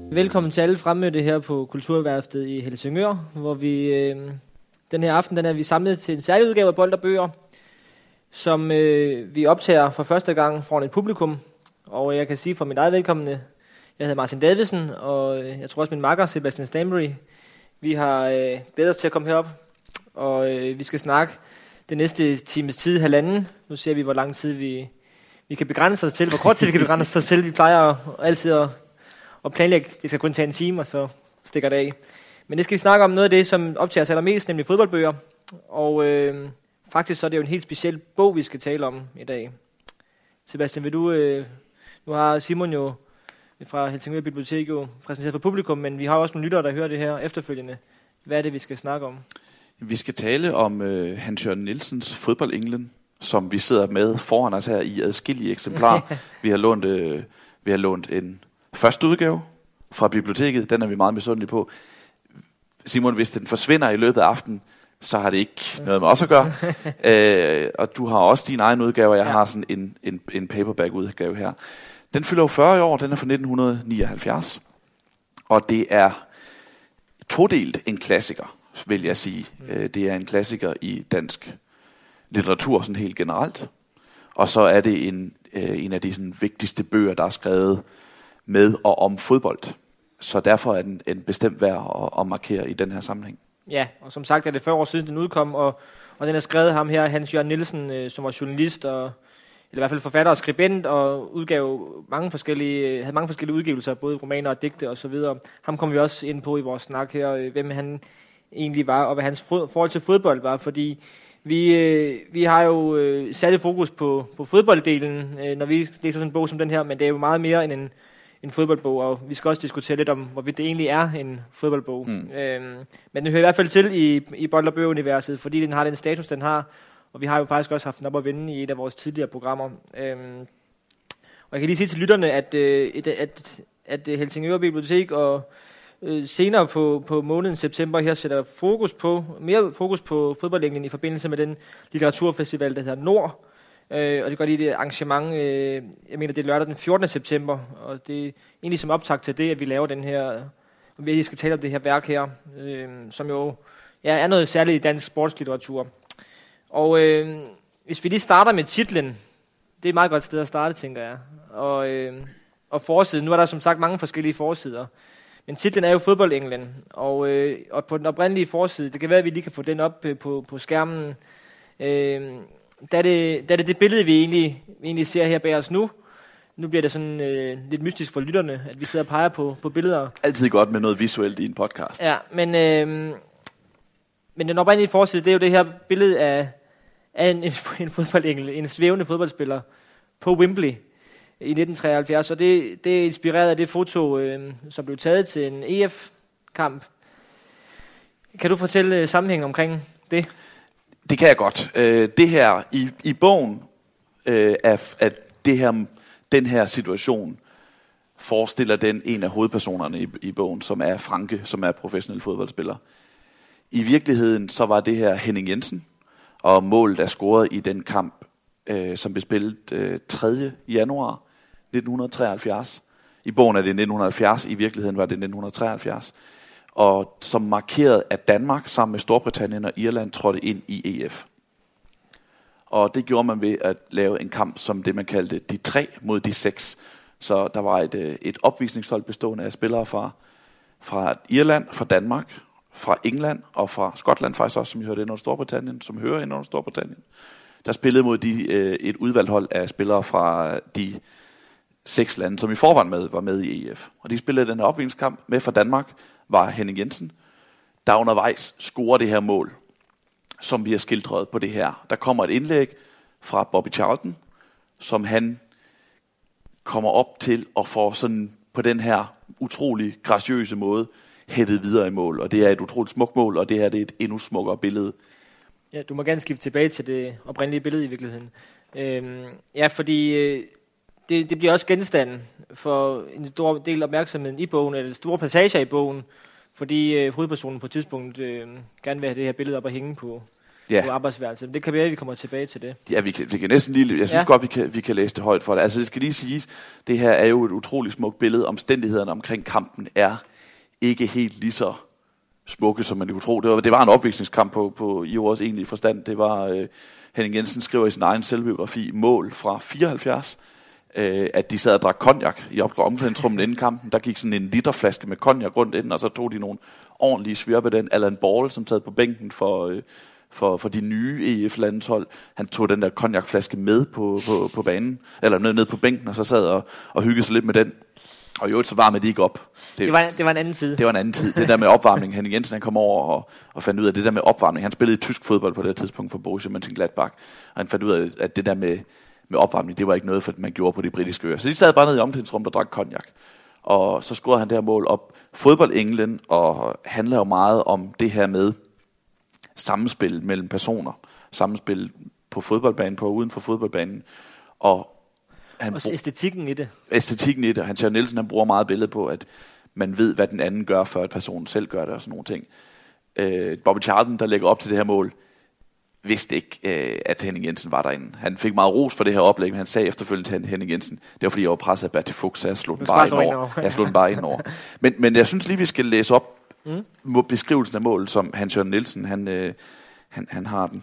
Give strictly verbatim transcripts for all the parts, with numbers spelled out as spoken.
Velkommen til alle fremmødte her på Kulturværftet i Helsingør, hvor vi øh, den her aften den er vi samlet til en særlig udgave af Bold og Bøger, som øh, vi optager for første gang foran et publikum. Og jeg kan sige for mit eget velkommende, jeg hedder Martin Davidsen, og jeg tror også min makker Sebastian Stanbury. Vi har øh, glædet os til at komme herop, og øh, vi skal snakke det næste times tid, halvanden. Nu ser vi, hvor lang tid vi, vi kan begrænse os til, hvor kort tid vi kan begrænse os til. Vi plejer altid at og planlægge, det skal kun tage en time, og så stikker det af. Men det skal vi snakke om noget af det, som optager os allermest, nemlig fodboldbøger. Og øh, faktisk så er det jo en helt speciel bog, vi skal tale om i dag. Sebastian, vil du... Øh, nu har Simon jo fra Helsingør Bibliotek jo præsenteret for publikum, men vi har også nogle lyttere, der hører det her efterfølgende. Hvad er det, vi skal snakke om? Vi skal tale om øh, Hans Jørgen Nielsens Fodboldenglen, som vi sidder med foran os her i adskillige eksemplarer. vi har lånt, øh, vi har lånt en første udgave fra biblioteket, den er vi meget misundelige på. Simon, hvis den forsvinder i løbet af aftenen, så har det ikke noget med os at gøre. øh, og du har også din egen udgave, og jeg ja. har sådan en, en, en paperback-udgave her. Den fylder jo fyrre år, den er fra nitten nioghalvfjerds. Og det er todelt en klassiker, vil jeg sige. Mm. Øh, det er en klassiker i dansk litteratur sådan helt generelt. Og så er det en, øh, en af de sådan, vigtigste bøger, der er skrevet med og om fodbold. Så derfor er den en bestemt værd at, at markere i den her sammenhæng. Ja, og som sagt er det fyrre år siden den udkom, og, og den er skrevet ham her, Hans Jørgen Nielsen, øh, som var journalist, og, eller i hvert fald forfatter og skribent, og udgav mange forskellige, havde mange forskellige udgivelser, både romaner og digte og så videre. Ham kommer vi også ind på i vores snak her, øh, hvem han egentlig var, og hvad hans fod, forhold til fodbold var, fordi vi, øh, vi har jo øh, særligt fokus på, på fodbolddelen, øh, når vi læser sådan en bog som den her, men det er jo meget mere end en en fodboldbog, og vi skal også diskutere lidt om, hvorvidt det egentlig er en fodboldbog. Mm. Øhm, men den hører i hvert fald til i, i Bold og Bøger-universet, fordi den har den status, den har, og vi har jo faktisk også haft den op at vinde i et af vores tidligere programmer. Øhm, og jeg kan lige sige til lytterne, at, øh, at, at, at Helsingør Bibliotek og øh, senere på, på måneden september her sætter fokus på, mere fokus på fodboldenglen i forbindelse med den litteraturfestival, der hedder Nord. Øh, og det gør lige det arrangement, øh, jeg mener det er lørdag den fjortende september, og det er egentlig som optakt til det, at vi laver den her, og vi skal tale om det her værk her, øh, som jo ja, er noget særligt i dansk sportslitteratur. Og øh, hvis vi lige starter med titlen, det er et meget godt sted at starte, tænker jeg, og, øh, og forsiden, nu er der som sagt mange forskellige forsider, men titlen er jo Fodboldenglen, og, øh, og på den oprindelige forside, det kan være, at vi lige kan få den op øh, på, på skærmen, øh, Da er, det, da er det det billede, vi egentlig, vi egentlig ser her bag os nu. Nu bliver det sådan øh, lidt mystisk for lytterne, at vi sidder og peger på, på billeder. Altid godt med noget visuelt i en podcast. Ja, men, øh, men den oprindelige forside, det er jo det her billede af, af en, en, en fodboldengel, en svævende fodboldspiller på Wembley i nitten treoghalvfjerds. Og det, det er inspireret af det foto, øh, som blev taget til en E F-kamp. Kan du fortælle øh, sammenhængen omkring det? Det kan jeg godt. Øh, det her i, i bogen øh, af, at det her, den her situation forestiller den en af hovedpersonerne i, i bogen, som er Franke, som er professionel fodboldspiller. I virkeligheden så var det her Henning Jensen, og målet er scoret i den kamp, øh, som blev spillet øh, tredje januar nitten treoghalvfjerds. I bogen er det nitten halvfjerds, i virkeligheden var det nitten treoghalvfjerds. Og som markerede, at Danmark sammen med Storbritannien og Irland trådte ind i E F. Og det gjorde man ved at lave en kamp som det, man kaldte de tre mod de seks. Så der var et, et opvisningshold bestående af spillere fra, fra Irland, fra Danmark, fra England og fra Skotland faktisk også, som hørte ind under Storbritannien, som hører ind under Storbritannien. Der spillede mod de, et udvalgt hold af spillere fra de seks lande, som i forvejen med, var med i E F. Og de spillede den her opvisningskamp med fra Danmark, var Henning Jensen, der undervejs scorer det her mål, som vi har skildret på det her. Der kommer et indlæg fra Bobby Charlton, som han kommer op til og får sådan på den her utrolig graciøse måde hættet videre i mål. Og det er et utroligt smukt mål, og det her det er et endnu smukkere billede. Ja, du må gerne skifte tilbage til det oprindelige billede i virkeligheden. Øhm, ja, fordi øh, det, det bliver også genstanden for en stor del af opmærksomheden i bogen, eller store passager i bogen, fordi øh, hovedpersonen på et tidspunkt øh, gerne vil have det her billede op og hænge på, ja. på arbejdsværelset. Det kan være, at vi kommer tilbage til det. Ja, vi kan, vi kan næsten lige... Jeg synes ja. godt, vi kan, vi kan læse det højt for det. Altså, det skal lige siges, det her er jo et utroligt smukt billede. Omstændighederne omkring kampen er ikke helt lige så smukke, som man kunne tro. Det var, det var en opvisningskamp på, på i ordets egentlige forstand. Det var... Øh, Henning Jensen skriver i sin egen selvbiografi, mål fra fireoghalvfjerds, øh, at de sad og drak cognac i omklædningsrummet inden kampen. Der gik sådan en literflaske med cognac rundt inden, og så tog de nogle ordentlige svirpe den. Allan Ball, som sad på bænken for, øh, for, for de nye E F-landshold, han tog den der cognacflaske med på, på, på banen, eller ned, ned på bænken, og så sad og, og hyggede sig lidt med den. Og i øvrigt så varmede de ikke op. Det, det, var, det var en anden tid. Det var en anden tid. Det der med opvarmning. Henning Jensen han kom over og, og fandt ud af det der med opvarmning. Han spillede i tysk fodbold på det tidspunkt for Borussia Mönchengladbach. Og han fandt ud af, at det der med, med opvarmning, det var ikke noget, for man gjorde på de britiske øer. Så de sad bare nede i omklædningsrummet og drak cognac. Og så scorede han det her mål op. Fodbold England og handler jo meget om det her med sammenspil mellem personer. Sammenspil på fodboldbanen, på uden for fodboldbanen. Og Han Også æstetikken i det. Æstetikken i det. Hans Jørgen Nielsen, han bruger meget billede på, at man ved, hvad den anden gør, før at personen selv gør det og sådan nogle ting. Øh, Bobby Charlton, der lægger op til det her mål, vidste ikke, øh, at Henning Jensen var derinde. Han fik meget ros for det her oplæg, men han sagde efterfølgende til Henning Jensen, det var fordi, jeg var presset af Bertil Fuchs, så jeg slog den bare ind over. Jeg slog den bare ind over. Men, men jeg synes lige, vi skal læse op mm. beskrivelsen af målet, som Hans Jørgen Nielsen, han, øh, han, han har den.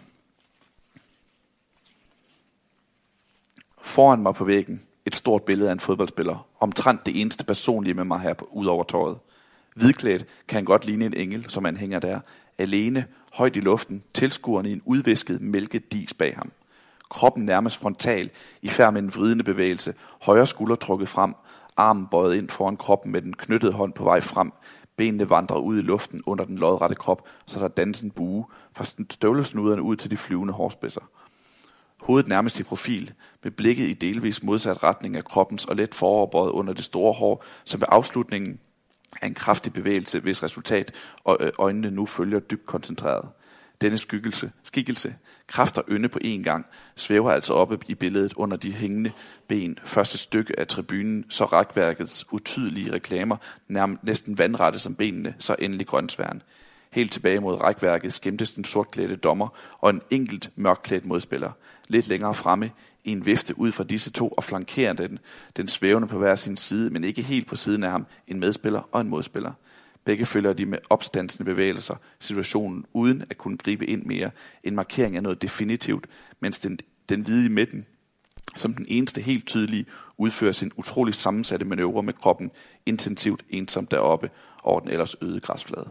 Foran mig på væggen et stort billede af en fodboldspiller. Omtrent det eneste personlige med mig her på, ud over tøjet. Hvidklædt kan han godt ligne en engel, som han hænger der. Alene, højt i luften, tilskuerne i en udvisket mælkedis bag ham. Kroppen nærmest frontal, i færd med en vridende bevægelse. Højre skulder trukket frem, armen bøjet ind foran kroppen med den knyttede hånd på vej frem. Benene vandrer ud i luften under den lodrette krop, så der danser en bue fra støvlesnuderne ud til de flyvende hårspidser. Hovedet nærmest i profil, med blikket i delvis modsat retning af kroppens og let foroverbøjet under det store hår, som ved afslutningen af en kraftig bevægelse, hvis resultat og øjnene nu følger dybt koncentreret. Denne skyggelse, skikkelse, kraft og ynde på én gang, svæver altså oppe i billedet under de hængende ben, første stykke af tribunen, så rækværkets utydelige reklamer, nærmest næsten vandrette som benene, så endelig grønsværen. Helt tilbage mod rækværket skæmtes den sortklædte dommer og en enkelt mørkklædt modspiller. Lidt længere fremme i en vifte ud fra disse to og flankerer den, den svævende på hver sin side, men ikke helt på siden af ham, en medspiller og en modspiller. Begge følger de med opstandsende bevægelser situationen uden at kunne gribe ind mere. En markering af noget definitivt, mens den, den hvide i midten, som den eneste helt tydelige, udfører sin utroligt sammensatte manøvre med kroppen intensivt ensomt deroppe over den ellers øde græsflade.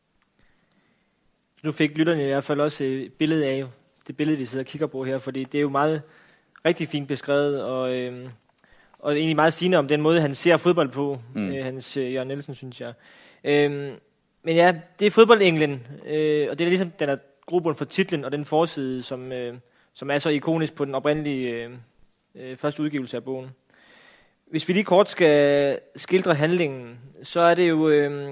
Nu fik lytterne i hvert fald også et billede af det billede, vi sidder og kigger på her, fordi det er jo meget rigtig fint beskrevet, og, øhm, og egentlig meget sigende om den måde, han ser fodbold på, mm. øh, hans øh, Jørgen Nielsen, synes jeg. Øhm, men ja, det er fodbold England, øh, og det er ligesom den er grobund for titlen og den forside, som, øh, som er så ikonisk på den oprindelige øh, øh, første udgivelse af bogen. Hvis vi lige kort skal skildre handlingen, så er det jo... Øh,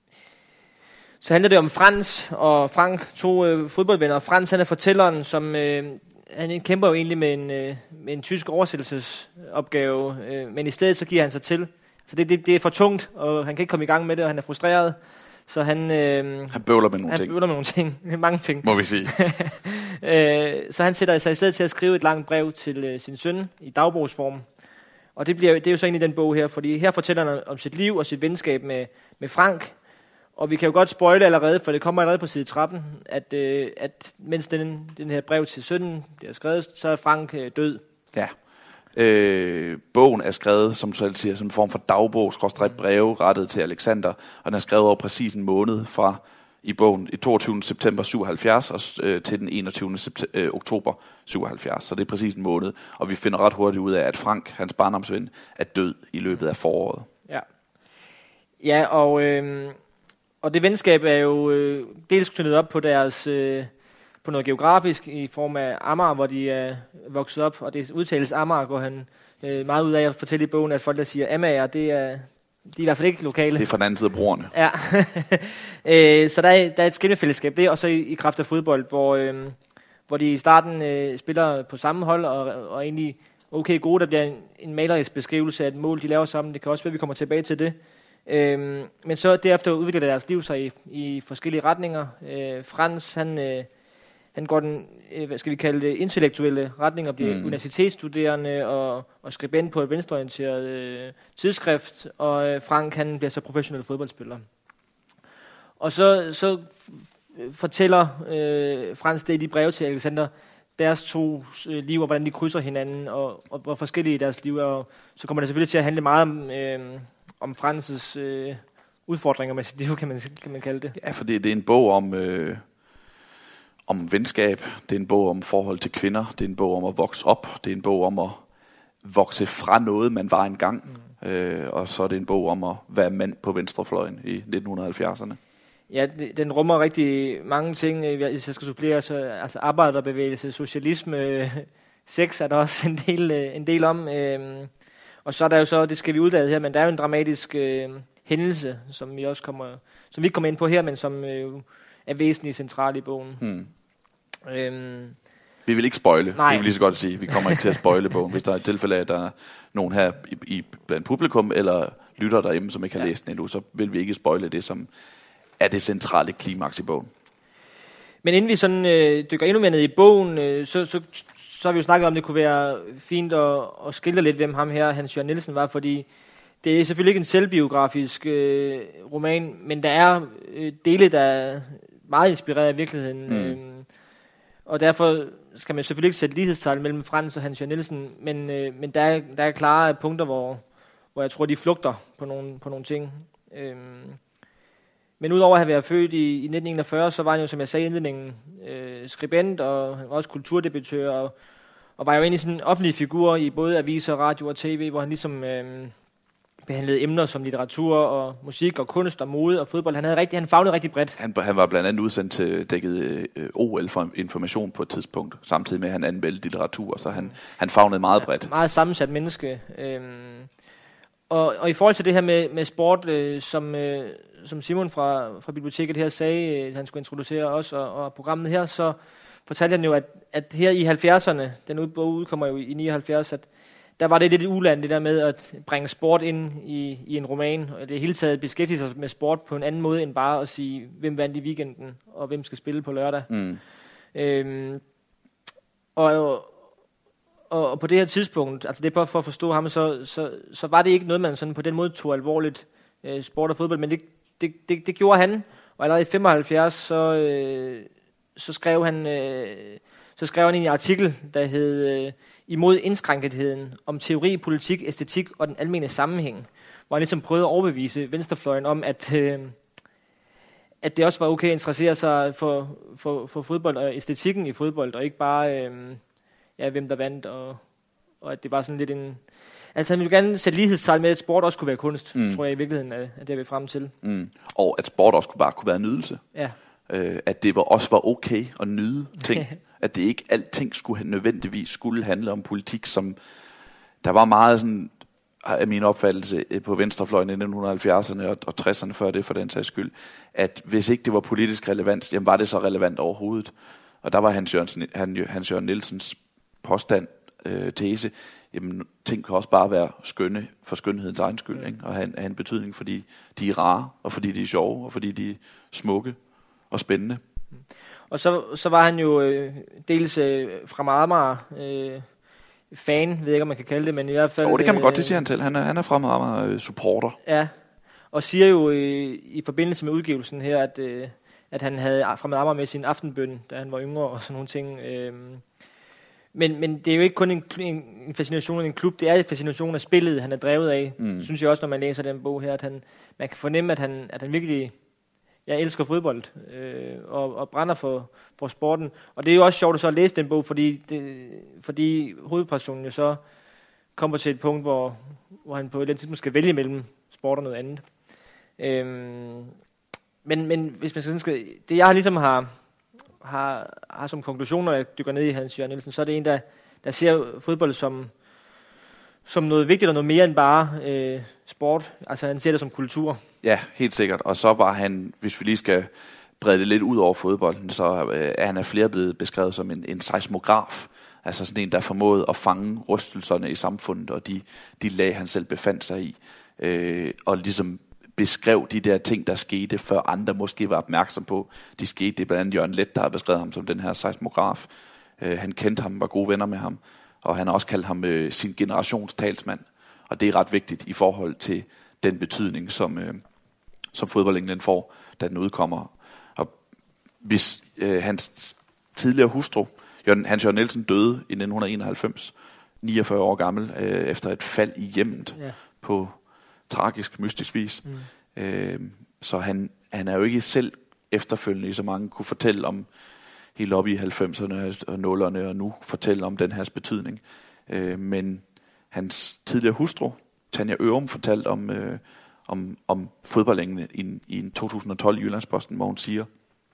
Så handler det om Frans og Frank, to øh, fodboldvenner. Frans, han er fortælleren, som øh, han kæmper jo egentlig med en, øh, med en tysk oversættelsesopgave, øh, men i stedet så giver han sig til. Så det, det, det er for tungt, og han kan ikke komme i gang med det, og han er frustreret. Så han... Øh, han bøvler med nogle han ting. Han bøvler med nogle ting. Mange ting. Må vi sige. øh, så han sætter sig i stedet til at skrive et langt brev til øh, sin søn i dagbogsform. Og det, bliver, det er jo så egentlig den bog her, fordi her fortæller han om sit liv og sit venskab med, med Frank. Og vi kan jo godt spoile allerede, for det kommer allerede på side tretten, at, øh, at mens den, den her brev til sønnen bliver skrevet, så er Frank øh, død. Ja. Øh, bogen er skrevet, som du selv siger, som en form for dagbog, skråstreg breve rettet til Alexander, og den er skrevet over præcis en måned fra i bogen i toogtyvende september syvoghalvfjerds og, øh, til den enogtyvende september, øh, oktober syvoghalvfjerds. Så det er præcis en måned, og vi finder ret hurtigt ud af, at Frank, hans barndomsven, er død i løbet af foråret. Ja, ja og... Øh, Og det venskab er jo øh, dels knyttet op på deres øh, på noget geografisk i form af Amager, hvor de er vokset op, og det udtales Amager, går han øh, meget ud af at fortælle i bogen, at folk, der siger Amager, det er, de er i hvert fald ikke lokale. Det er fra den anden side af broerne. Ja, øh, så der er, der er et skændefællesskab, det er også i, i kraft af fodbold, hvor, øh, hvor de i starten øh, spiller på samme hold, og, og egentlig okay gode, der bliver en, en malerisk beskrivelse af et mål, de laver sammen. Det kan også være, at vi kommer tilbage til det. Øhm, men så derefter udvikler deres liv sig i, i forskellige retninger. Øh, Frans, han, øh, han går den, øh, hvad skal vi kalde det, intellektuelle retning og bliver mm. universitetsstuderende og, og skribent på et venstreorienteret øh, tidsskrift, og øh, Frank han bliver så professionel fodboldspiller. Og så, så f- fortæller øh, Frans det i de breve til Alexander, deres to øh, liv, og hvordan de krydser hinanden, og, og hvor forskellige deres liv er. Og så kommer det selvfølgelig til at handle meget om, øh, om Frans' øh, udfordringer med sit liv, kan man, kan man kalde det. Ja, for det, det er en bog om, øh, om venskab, det er en bog om forhold til kvinder, det er en bog om at vokse op, det er en bog om at vokse fra noget, man var engang, mm. øh, og så er det en bog om at være mand på venstrefløjen i nitten halvfjerdserne. Ja, den rummer rigtig mange ting, hvis jeg skal supplere, så, altså arbejderbevægelse, socialisme, sex er der også en del, en del om. Øh, og så er der jo så, det skal vi uddade her, men der er jo en dramatisk øh, hændelse, som vi også kommer, som vi ikke kommer ind på her, men som øh, er væsentligt central i bogen. Hmm. Øhm, vi vil ikke spoile, nej. vi vil lige så godt sige, vi kommer ikke til at spoile bogen, hvis der er et tilfælde af, at der er nogen her i, i blandt publikum, eller lytter derhjemme, som ikke har ja. læst den endnu, så vil vi ikke spoile det, som er det centrale klimaks i bogen. Men inden vi sådan øh, dykker endnu mere ned i bogen, øh, så, så, så har vi jo snakket om, det kunne være fint at, at skildre lidt, hvem ham her, Hans Jørgen Nielsen, var, fordi det er selvfølgelig ikke en selvbiografisk øh, roman, men der er øh, dele, der er meget inspireret af virkeligheden. Mm. Øh, og derfor skal man selvfølgelig ikke sætte lighedstegn mellem Frans og Hans Jørgen Nielsen, men, øh, men der, er, der er klare punkter, hvor, hvor jeg tror, de flugter på nogle, på nogle ting. Øh, Men udover at have været født i, i nitten enogfyrre, så var han jo, som jeg sagde i indledningen, øh, skribent og han var også kulturdebattør, og, og var jo egentlig sådan en offentlig figur i både aviser, radio og tv, hvor han ligesom øh, behandlede emner som litteratur og musik og kunst og mode og fodbold. Han havde rigtig, han favnede rigtig bredt. Han, han var blandt andet udsendt til dækket øh, O L for information på et tidspunkt, samtidig med at han anmeldte litteratur, så han, han favnede meget bredt. Ja, meget sammensat menneske. Øh, og, og i forhold til det her med, med sport, øh, som... Øh, som Simon fra, fra biblioteket her sagde, at han skulle introducere os og, og programmet her, så fortalte han jo, at, at her i halvfjerdserne, den bog udkommer jo i nioghalvfjerds, at der var det lidt uland, det der med at bringe sport ind i, i en roman, og det hele taget beskæftige sig med sport på en anden måde, end bare at sige, hvem vandt i weekenden, og hvem skal spille på lørdag. Mm. Øhm, og, og, og på det her tidspunkt, altså det er bare for at forstå ham, så, så, så var det ikke noget, man sådan på den måde tog alvorligt, øh, sport og fodbold, men det Det, det, det gjorde han, og allerede i femoghalvfjerds, så, øh, så, skrev han, øh, så skrev han en artikel, der hed øh, Imod indskrænketheden, om teori, politik, æstetik og den almene sammenhæng, hvor han ligesom prøvede at overbevise venstrefløjen om, at, øh, at det også var okay at interessere sig for, for, for fodbold og æstetikken i fodbold, og ikke bare, øh, ja, hvem der vandt, og, og at det var sådan lidt en... Altså han ville gerne sætte lighedstegn med, at sport også kunne være kunst, mm. tror jeg i virkeligheden, at det er vi frem til. Mm. Og at sport også kunne bare kunne være nydelse. Ja. Øh, at det var, også var okay at nyde ting. At det ikke alting skulle nødvendigvis skulle handle om politik, som der var meget sådan, af min opfattelse på venstrefløjen i nitten halvfjerdserne og, og tresserne før det for den sags skyld, at hvis ikke det var politisk relevant, jamen var det så relevant overhovedet. Og der var Hans Jørgen, Hans Jørgen Nielsens påstand, øh, tese, jamen ting kan også bare være skønne for skønhedens egen skyld, ikke? Og have, have en betydning, fordi de er rare, og fordi de er sjove, og fordi de er smukke og spændende. Og så, så var han jo øh, dels øh, fra Amager øh, fan, ved jeg ikke, om man kan kalde det, men i hvert fald... Jo, det kan man øh, godt, det siger han til. Han er, han er fra Amager øh, supporter. Ja, og siger jo øh, i forbindelse med udgivelsen her, at, øh, at han havde fra Amager med sin aftenbøn, da han var yngre og sådan nogle ting. Øh, Men, men det er jo ikke kun en, en, en fascination af en klub, det er en fascination af spillet, han er drevet af. Mm. Synes jeg også, når man læser den bog her, at han, man kan fornemme, at han, at han virkelig jeg elsker fodbold øh, og, og brænder for, for sporten. Og det er jo også sjovt at så læse den bog, fordi, det, fordi hovedpersonen jo så kommer til et punkt, hvor, hvor han på et eller andet tidspunkt skal vælge mellem sport og noget andet. Øhm, men, men hvis man skal, det jeg ligesom har... Har, har som konklusion, når jeg dykker ned i Hans Jørgen Nielsen, så er det en, der, der ser fodbold som, som noget vigtigt og noget mere end bare øh, sport. Altså han ser det som kultur. Ja, helt sikkert. Og så var han, hvis vi lige skal brede det lidt ud over fodbolden, så øh, er han af flere blevet beskrevet som en, en seismograf. Altså sådan en, der formåede at fange rystelserne i samfundet og de, de lag, han selv befandt sig i. Øh, og ligesom beskrev de der ting, der skete, før andre måske var opmærksom på. De skete, det er blandt andet Jørgen Leth, der har beskrevet ham som den her seismograf. Øh, han kendte ham, var gode venner med ham, og han har også kaldt ham øh, sin generations talsmand. Og det er ret vigtigt i forhold til den betydning, som, øh, som fodboldenglen får, da den udkommer. Og hvis øh, hans tidligere hustru, Jørgen, Hans Jørgen Nielsen, døde i nitten enoghalvfems, niogfyrre år gammel, øh, efter et fald i hjemmet ja. på tragisk, mystisk vis. Mm. Øh, så han, han er jo ikke selv efterfølgende, så mange kunne fortælle om helt op i halvfemserne og nullerne, og nu fortælle om den her betydning. Øh, men hans tidligere hustru, Tanja Ørum, fortalte om, øh, om, om fodboldengene i, i en to tusind og tolv i Jyllandsposten, hvor hun siger,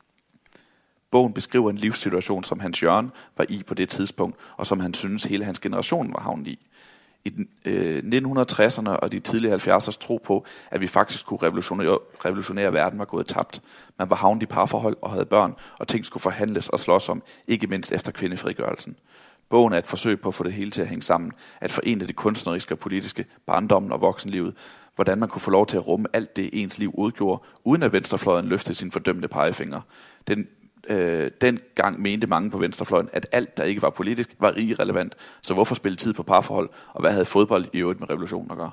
bogen beskriver en livssituation, som Hans Jørgen var i på det tidspunkt, og som han synes hele hans generation var havnet i. I øh, nitten tresserne og de tidlige halvfjerdsers tro på, at vi faktisk kunne revolutionere, revolutionere verden, var gået tabt. Man var havnet i parforhold og havde børn, og ting skulle forhandles og slås om, ikke mindst efter kvindefrigørelsen. Bogen er et forsøg på at få det hele til at hænge sammen, at forene det kunstneriske og politiske, barndommen og voksenlivet, hvordan man kunne få lov til at rumme alt det, ens liv udgjorde, uden at venstrefløjen løftede sin fordømmende pegefinger. Den Øh, dengang mente mange på venstrefløjen, at alt, der ikke var politisk, var irrelevant. Så hvorfor spille tid på parforhold, og hvad havde fodbold i øvrigt med revolutionen at gøre?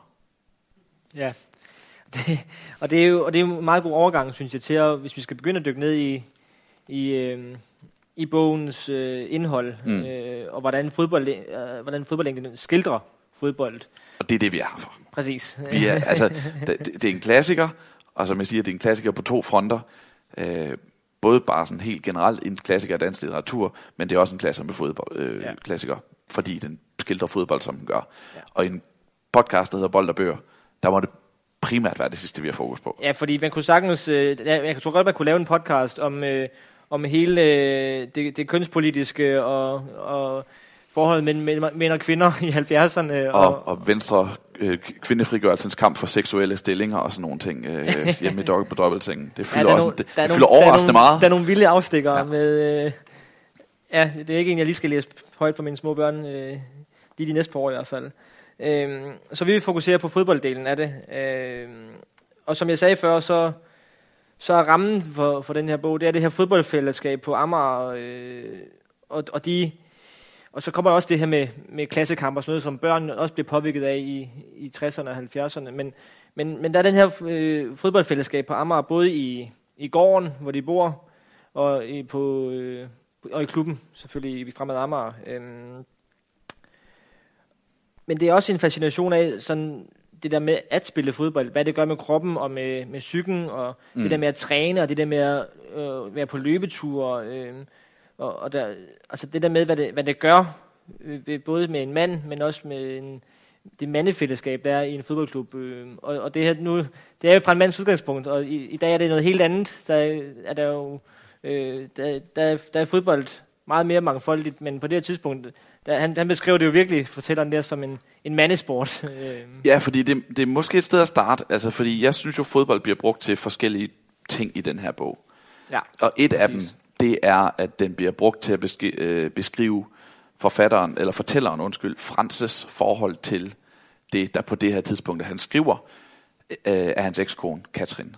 Ja, det, og, det er jo, og det er jo en meget god overgang, synes jeg, til at, hvis vi skal begynde at dykke ned i, i, øh, i bogens øh, indhold, mm. øh, og hvordan, fodbold, øh, hvordan fodboldlængden skildrer fodbold. Og det er det, vi er her for. Præcis. Vi er, altså, det, det er en klassiker, og som jeg siger, det er en klassiker på to fronter. Øh, Både bare sådan helt generelt en klassiker af dansk litteratur, men det er også en klassiker med fodbold, øh, ja. klassiker, fordi den skildrer fodbold, som den gør. Ja. Og i en podcast, der hedder Bold og Bøger, der må det primært være det sidste, vi har fokus på. Ja, fordi man kunne sagtens, øh, jeg tror godt, man kunne lave en podcast om, øh, om hele øh, det, det kønspolitiske og, og forholdet mellem mænd og kvinder i halvfjerdserne. Og, og, og venstre øh, kvindefrigørelsens kamp for seksuelle stillinger og sådan nogle ting øh, hjemme i dobbelt på dobbeltsengen. Det fylder, ja, også, no, det, det fylder overraskende der meget. Der er nogle vilde afstikkere ja. med... Øh, ja, det er ikke en, jeg lige skal læse højt for mine små børn. Øh, lige de næste par år i hvert fald. Øh, så vi vil fokusere på fodbolddelen af det. Øh, og som jeg sagde før, så, så er rammen for, for den her bog, det er det her fodboldfællesskab på Amager. Øh, og, og de... Og så kommer også det her med, med klassekamp og sådan noget, som børn også bliver påvirket af i, i tresserne og halvfjerdserne. Men, men, men der er den her øh, fodboldfællesskab på Amager, både i, i gården, hvor de bor, og i, på, øh, og i klubben, selvfølgelig i Fremad Amager. Øhm. Men det er også en fascination af sådan det der med at spille fodbold, hvad det gør med kroppen og med, med psyken, og mm. det der med at træne, og det der med at øh, være på løbeture, øh, Og, og der, altså det der med, hvad det, hvad det gør, øh, både med en mand, men også med en, det mandefællesskab, der er i en fodboldklub. Øh, og, og det her nu, det er jo fra en mands udgangspunkt, og i, i dag er det noget helt andet. Der er der jo, øh, der, der, der er fodbold meget mere mangfoldigt, men på det her tidspunkt, der, han, han beskriver det jo virkelig, fortælleren der, som en, en mandesport. Ja, fordi det, det er måske et sted at starte, altså fordi jeg synes jo, fodbold bliver brugt til forskellige ting i den her bog. Ja, og et præcis. af dem, det er, at den bliver brugt til at besk- øh, beskrive forfatteren, eller fortælleren, undskyld, Frances forhold til det, der på det her tidspunkt, han skriver, øh, af hans ekskone, Katrin.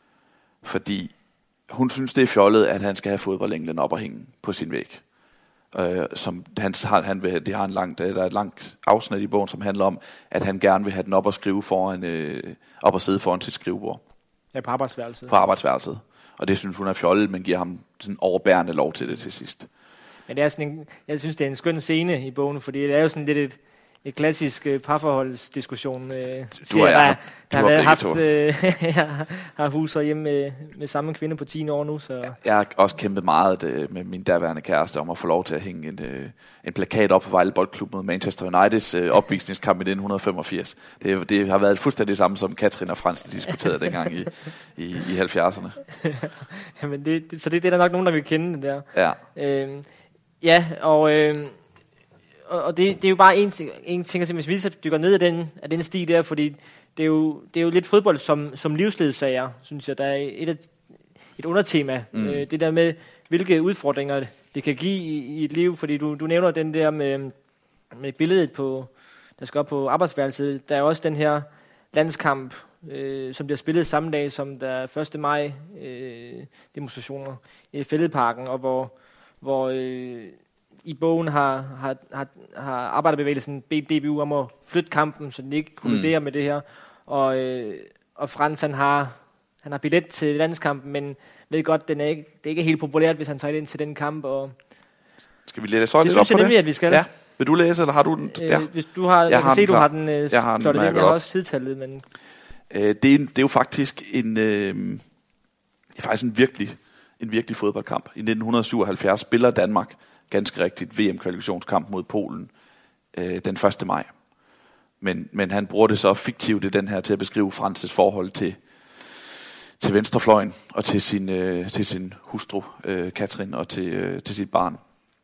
Fordi hun synes, det er fjollet, at han skal have fodboldenglen op og hænge på sin væg. Øh, som han, han vil, det har en lang, der er et langt afsnit i bogen, som handler om, at han gerne vil have den op og skrive foran, øh, op og sidde foran sit skrivebord. Ja, på arbejdsværelset. På arbejdsværelset. Og det synes hun er fjollet, men giver ham sådan overbærende lov til det til sidst. Men det er sådan en, jeg synes, det er en skøn scene i bogen, fordi det er jo sådan lidt et, et klassisk uh, parforholdsdiskussion. Uh, du og jeg, der, der har haft, uh, jeg har huser hjemme med, med samme kvinde på ti år nu. Så. Jeg har også kæmpet meget uh, med min daværende kæreste om at få lov til at hænge en, uh, en plakat op på Vejle Boldklub mod Manchester Uniteds uh, opvisningskamp i nitten femogfirs. Det, det har været fuldstændig det samme, som Katrin og Frans diskuterede dengang i, i, i halvfjerdserne. Jamen det, det, så det, det er der nok nogen, der vil kende det der. Ja. Øhm, ja, og... Øh, Og det, det er jo bare en, en ting, hvis vi så dykker ned af den, af den sti der, fordi det er jo, det er jo lidt fodbold som, som livsledsager, synes jeg. Der er et, et undertema. Mm. Øh, det der med, hvilke udfordringer det kan give i, i et liv. Fordi du, du nævner den der med, med billedet, på, der skal op på arbejdsværelset. Der er også den her landskamp, øh, som bliver spillet samme dag som der første maj øh, demonstrationer i Fælledparken, og hvor, hvor øh, i bogen har, har, har, har arbejderbevægelsen bedt D B U om at flytte kampen, så den ikke kolliderer mm. med det her. Og, øh, og Frans, han har, han har billet til landskampen, men ved godt, den er ikke, det er ikke helt populært, hvis han tager ind til den kamp. Og skal vi læse så lidt op for det? Det synes jeg nemlig, at vi skal. Ja. Vil du læse, eller har du den? Øh, ja. Hvis du har, jeg, jeg kan se, du har den øh, jeg har den, plottet jeg ind. Jeg har også tidtallet, men... Øh, det, er en, det er jo faktisk en, øh, det er faktisk en virkelig, en virkelig fodboldkamp. I nitten syvoghalvfjerds spiller Danmark ganske rigtigt V M-kvalifikationskamp mod Polen øh, den første maj. Men, men han bruger det så fiktivt i den her til at beskrive Frans' forhold til, til venstrefløjen og til sin, øh, til sin hustru, øh, Katrin, og til, øh, til sit barn.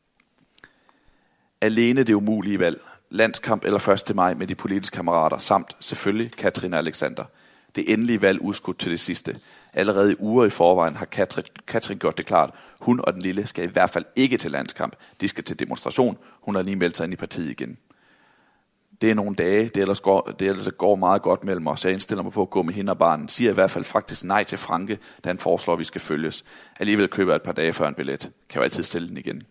Alene det umulige valg, landskamp eller første maj med de politiske kammerater, samt selvfølgelig Katrin og Alexander. Det endelige valg udskudt til det sidste. Allerede i uger i forvejen har Katrin, Katrin gjort det klart. Hun og den lille skal i hvert fald ikke til landskamp. De skal til demonstration. Hun har lige meldt sig ind i partiet igen. Det er nogle dage, det ellers går, det ellers går meget godt mellem os. Jeg indstiller mig på at gå med hende og barnen. Siger i hvert fald faktisk nej til Franke, da han foreslår, at vi skal følges. Alligevel køber jeg et par dage før en billet. Kan jo altid stille den igen.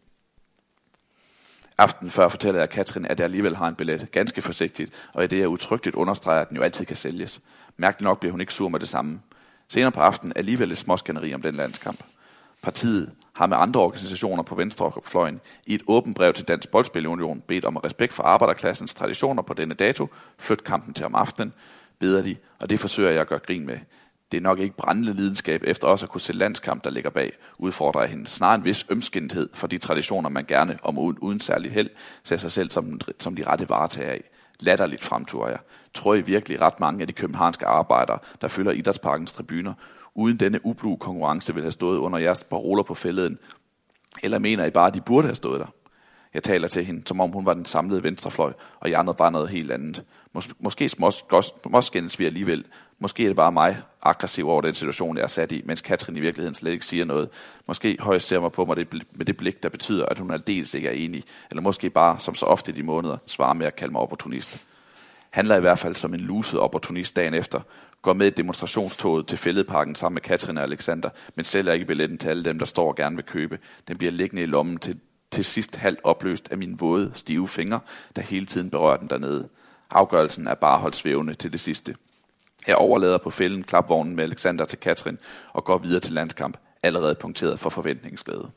Aften før fortæller jeg Katrin, at jeg alligevel har en billet, ganske forsigtigt, og i det jeg udtrykkeligt understreger, at den jo altid kan sælges. Mærkeligt nok bliver hun ikke sur med det samme. Senere på aftenen alligevel et småskænderi om den landskamp. Partiet har med andre organisationer på venstrefløjen i et åbent brev til Dansk Boldspilunion bedt om respekt for arbejderklassens traditioner på denne dato, flyt kampen til om aftenen, beder de, og det forsøger jeg at gøre grin med. Det er nok ikke brændende lidenskab efter også at kunne se landskamp, der ligger bag, udfordrer hende. Snarere en vis ømskindhed for de traditioner, man gerne, om uden, uden særlig held, ser sig selv som, som de rette varetager af. Latterligt fremturer jeg. Tror I virkelig ret mange af de københavnske arbejdere, der fylder Idrætsparkens tribuner, uden denne ublu konkurrence vil have stået under jeres paroler på fælleden? Eller mener I bare, at de burde have stået der? Jeg taler til hende, som om hun var den samlede venstrefløj, og jeg andre bare noget helt andet. Mås- måske småskændes vi alligevel. Måske er det bare mig aggressiv over den situation, jeg er sat i, mens Katrin i virkeligheden slet ikke siger noget. Måske højst ser mig på mig det, med det blik, der betyder, at hun aldeles ikke er enig. Eller måske bare, som så ofte i de måneder, svarer med at kalde mig opportunist. Handler i hvert fald som en luset opportunist dagen efter. Går med i demonstrationstoget til Fælledparken sammen med Katrin og Alexander, men sælger ikke billetten til alle dem, der står og gerne vil købe. Den bliver liggende i lommen til til sidst halvt opløst af mine våde, stive fingre, der hele tiden berører den dernede. Afgørelsen er bare holdt svævende til det sidste. Jeg overlader på fælden klapvognen med Alexander til Katrin og går videre til landskamp, allerede punkteret for forventningsglæde.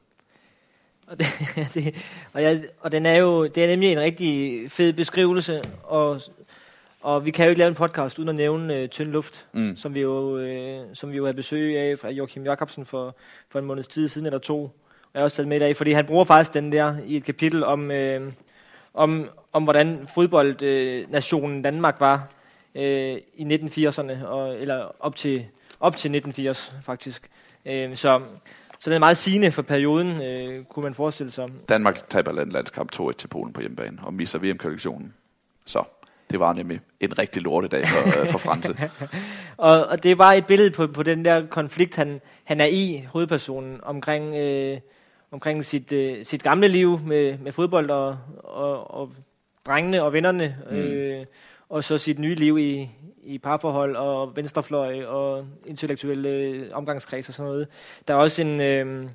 Og, det, det, og, jeg, og den er jo, det er nemlig en rigtig fed beskrivelse, og, og vi kan jo ikke lave en podcast uden at nævne øh, Tynd Luft, mm. som vi jo øh, som vi jo havde besøg af fra Joachim Jacobsen for, for en måneds tid siden eller to. Jeg har også taget med i dag, fordi han bruger faktisk den der i et kapitel om, øh, om, om hvordan fodboldnationen øh, Danmark var øh, i nitten firserne, og, eller op til, op til nitten firs faktisk. Øh, så, så det er meget sigende for perioden, øh, kunne man forestille sig. Danmark taber landskamp to et til Polen på hjemmebane og misser V M-kvalifikationen. Så det var nemlig en rigtig lortedag for, øh, for Franse. og, og det var et billede på, på den der konflikt, han, han er i, hovedpersonen, omkring... Øh, omkring sit, øh, sit gamle liv med, med fodbold og, og, og drengene og vennerne, mm. øh, og så sit nye liv i, i parforhold og venstrefløj og intellektuelle øh, omgangskreds og sådan noget. Der er også en, øh,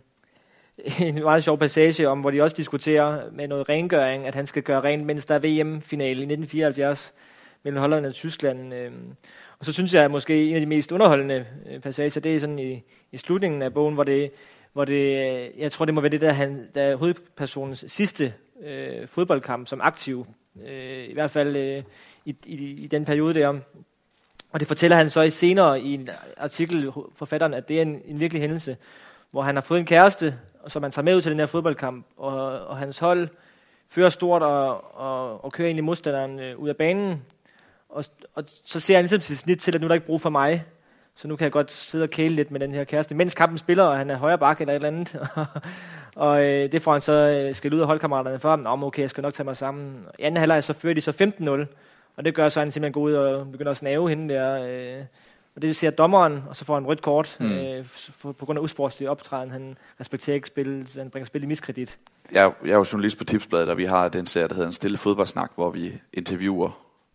en meget sjov passage om, hvor de også diskuterer med noget rengøring, at han skal gøre rent, mens der er V M-finale i nitten fireoghalvfjerds mellem Holland og Tyskland. Øh. Og så synes jeg, at måske en af de mest underholdende øh, passager, det er sådan i, i slutningen af bogen, hvor det hvor det, jeg tror, det må være det, der, han, der er hovedpersonens sidste øh, fodboldkamp som aktiv, øh, i hvert fald øh, i, i, i den periode der. Og det fortæller han så i senere i en artikel, forfatteren, at det er en, en virkelig hændelse, hvor han har fået en kæreste, og som han tager med ud til den her fodboldkamp, og, og hans hold fører stort og, og, og kører egentlig modstanderen øh, ud af banen, og, og så ser han ligesom sit snit til, at nu er der ikke brug for mig, så nu kan jeg godt sidde og kæle lidt med den her kæreste, mens kampen spiller, og han er højre bakke eller et eller andet. og øh, det får han så øh, skældt ud af holdkammeraterne for ham. Nå, okay, jeg skal nok tage mig sammen. I anden halvleg så fører de så femten nul, og det gør så, at han simpelthen går ud og begynder at snave hende der. Øh, og det ser dommeren, og så får han rødt kort, mm. øh, for, på grund af usportslig optræden. Han respekterer ikke spillet, han bringer spil i miskredit. Jeg, jeg er jo journalist på Tipsbladet, og vi har den serie, der hedder En Stille Fodboldsnak, hvor vi interviewer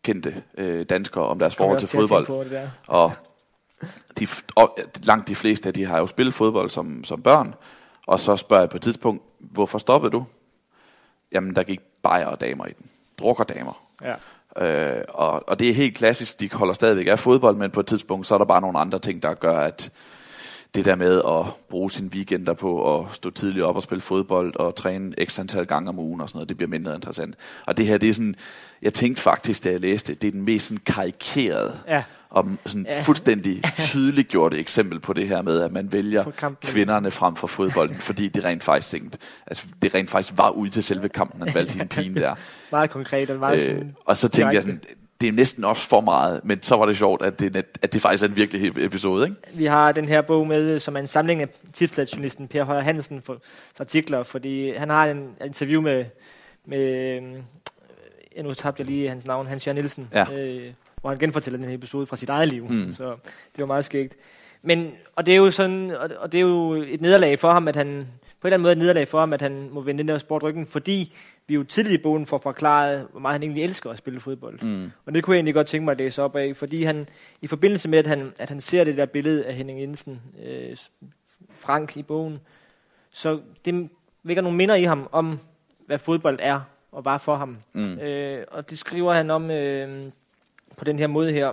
kendte øh, danskere om deres forhold til fodbold. På det der. Og, de, og langt de fleste af de har jo spillet fodbold som, som børn, og så spørger jeg på et tidspunkt, hvorfor stoppede du? Jamen, der gik bajer og damer i den. Drukker damer. Ja. Øh, og, og det er helt klassisk, de holder stadigvæk af fodbold, men på et tidspunkt, så er der bare nogle andre ting, der gør, at det der med at bruge sine weekender på at stå tidligt op og spille fodbold og træne x antal gange om ugen og sådan noget, det bliver mindre interessant. Og det her, det er sådan, jeg tænkte faktisk, da jeg læste det, det er den mest sådan karikerede ja. og sådan ja. fuldstændig tydeligt gjorte eksempel på det her med, at man vælger kvinderne frem for fodbolden, fordi det rent faktisk tænkte, altså det rent faktisk var ude til selve kampen, man valgte hende pigen der. Meget konkret og meget sådan. Øh, og så tænkte jeg sådan, det er næsten også for meget, men så var det sjovt, at det, at det faktisk er en virkelig episode, ikke? Vi har den her bog med, som er en samling af tipsbladsjournalisten Per Højer Hansen for artikler, fordi han har en interview med, med ja, nu tabte jeg lige hans navn, Hans Jørgen Nielsen, ja. øh, hvor han genfortæller den her episode fra sit eget liv, mm. så det var meget skægt. Men, og det er jo sådan, og, og det er jo et nederlag for ham, at han, på en eller anden måde et nederlag for ham, at han må vende den der sport ryggen, fordi vi jo tidligt i bogen får forklaret, hvor meget han egentlig elsker at spille fodbold. Mm. Og det kunne jeg egentlig godt tænke mig at læse op af, fordi han, i forbindelse med, at han, at han ser det der billede af Henning Jensen, øh, Frank i bogen, så det vækker nogle minder i ham om, hvad fodbold er, og var for ham. Mm. Øh, og det skriver han om øh, på den her måde her.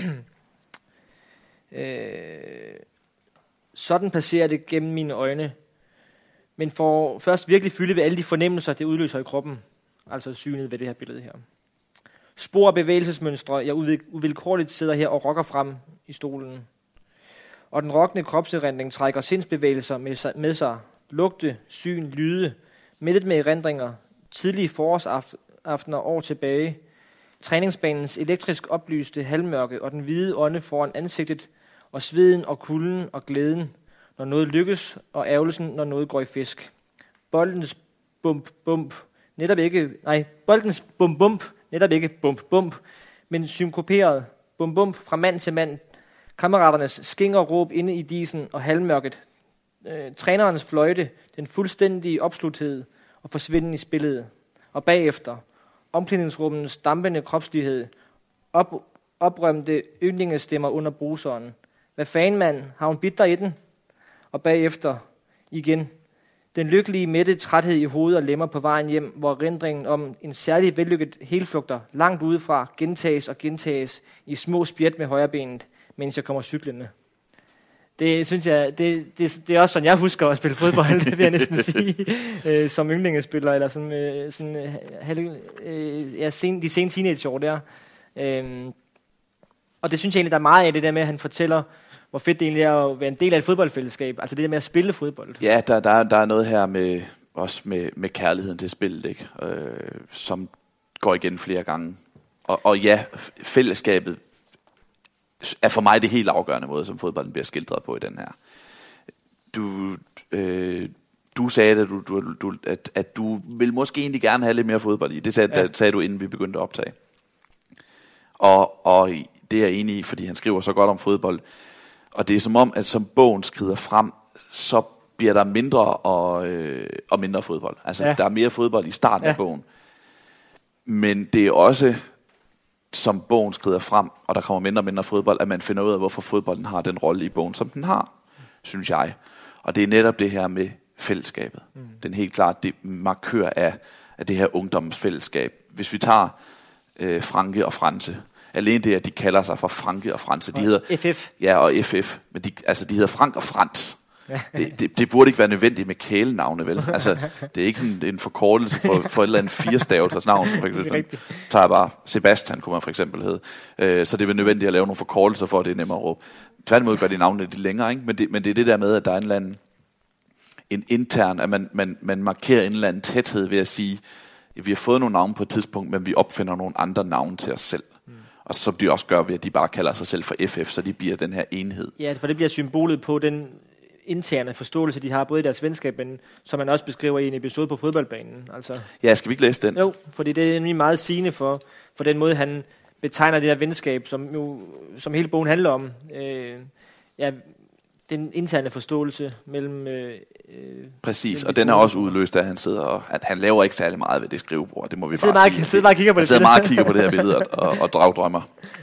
øh, sådan passerer det gennem mine øjne, men får først virkelig fylde ved alle de fornemmelser, det udløser i kroppen. Altså synet ved det her billede her. Spor og bevægelsesmønstre, jeg uvilkårligt sidder her og rokker frem i stolen. Og den rokkende kropserindring trækker sindsbevægelser med sig, med sig. Lugte, syn, lyde, mættet med erindringer, tidlige forårsaftener år tilbage. Træningsbanens elektrisk oplyste halvmørke og den hvide ånde foran ansigtet, og sveden og kulden og glæden, når noget lykkes, og ærgelsen, når noget går i fisk. Boldens bump, bump, netop ikke, nej, boldens bump, bump, netop ikke bump, bump, men synkoperet, bump, bump, fra mand til mand, kammeraternes skinger råb inde i disen og halvmørket, øh, trænerens fløjte, den fuldstændige opsluthed og forsvinden i spillet, og bagefter, omklædningsrummens dampende kropslighed, op, oprømte yndlingestemmer under bruseren. Hvad fanden, mand, har hun bidt dig i den? Og bagefter igen den lykkelige mætte træthed i hovedet og lemmer på vejen hjem, hvor erindringen om en særlig vellykket helflugter langt udefra gentages og gentages i små spjæt med højrebenet, mens jeg kommer cyklende. Det synes jeg, det, det, det er også sådan, jeg husker at spille fodbold, det vil jeg næsten sige, øh, som yndlingespiller, eller sådan, øh, sådan øh, ja, sen, de sene teenageår der. Øh, og det synes jeg egentlig, der er meget af det der med, at han fortæller, hvor fedt det egentlig er at være en del af et fodboldfællesskab. Altså det der med at spille fodbold. Ja, der, der, der er noget her med, også med, med kærligheden til spillet, ikke? Øh, som går igen flere gange. Og, og ja, fællesskabet er for mig det helt afgørende måde, som fodbolden bliver skildret på i den her. Du, øh, du sagde, at du, du, du, at, at du vil måske egentlig gerne have lidt mere fodbold i. Det sagde, ja. sagde du, inden vi begyndte at optage. Og, og det er jeg enig i, fordi han skriver så godt om fodbold. Og det er som om, at som bogen skrider frem, så bliver der mindre og, øh, og mindre fodbold. Altså, ja. Der er mere fodbold i starten ja. af bogen. Men det er også, som bogen skrider frem, og der kommer mindre og mindre fodbold, at man finder ud af, hvorfor fodbolden har den rolle i bogen, som den har, synes jeg. Og det er netop det her med fællesskabet. Mm. Den helt klart det markør af, af det her ungdomsfællesskab. Hvis vi tager øh, Franke og Franse, alene det, at de kalder sig for Franke og Franse. De hedder, F F. Ja, og F F. Men de, altså, de hedder Frank og Frans. Ja. Det, det, det burde ikke være nødvendigt med kælenavne, vel? Altså, det er ikke sådan en forkortelse for, for et eller andet firestavelsers navn. For eksempel. Tager bare Sebastian, kunne man for eksempel hedde. Øh, så det er nødvendigt at lave nogle forkortelser for, at det er nemmere at råbe. Tværtimod gør de navnene lidt længere, ikke? Men det, men det er det der med, at der er en eller anden en intern, at man, man, man markerer en eller anden tæthed ved at sige, at vi har fået nogle navne på et tidspunkt, men vi opfinder nogle andre navne til os selv. Mm. Og som de også gør ved, at de bare kalder sig selv for F F, så de bliver den her enhed. Ja, for det bliver symbolet på den interne forståelse, de har både i deres venskab, men som man også beskriver i en episode på fodboldbanen. Altså, ja, skal vi ikke læse den? Jo, fordi det er nemlig meget sigende for, for den måde, han betegner det her venskab, som, jo, som hele bogen handler om. Øh, ja, den interne forståelse mellem... Øh, Præcis, og den er også udløst, at han sidder og... At han laver ikke særlig meget ved det skrivebord, det må vi bare bare sige. Han sidder bare og kigger på han det. sidder meget og kigger på det her billede og, og dragdrømmer.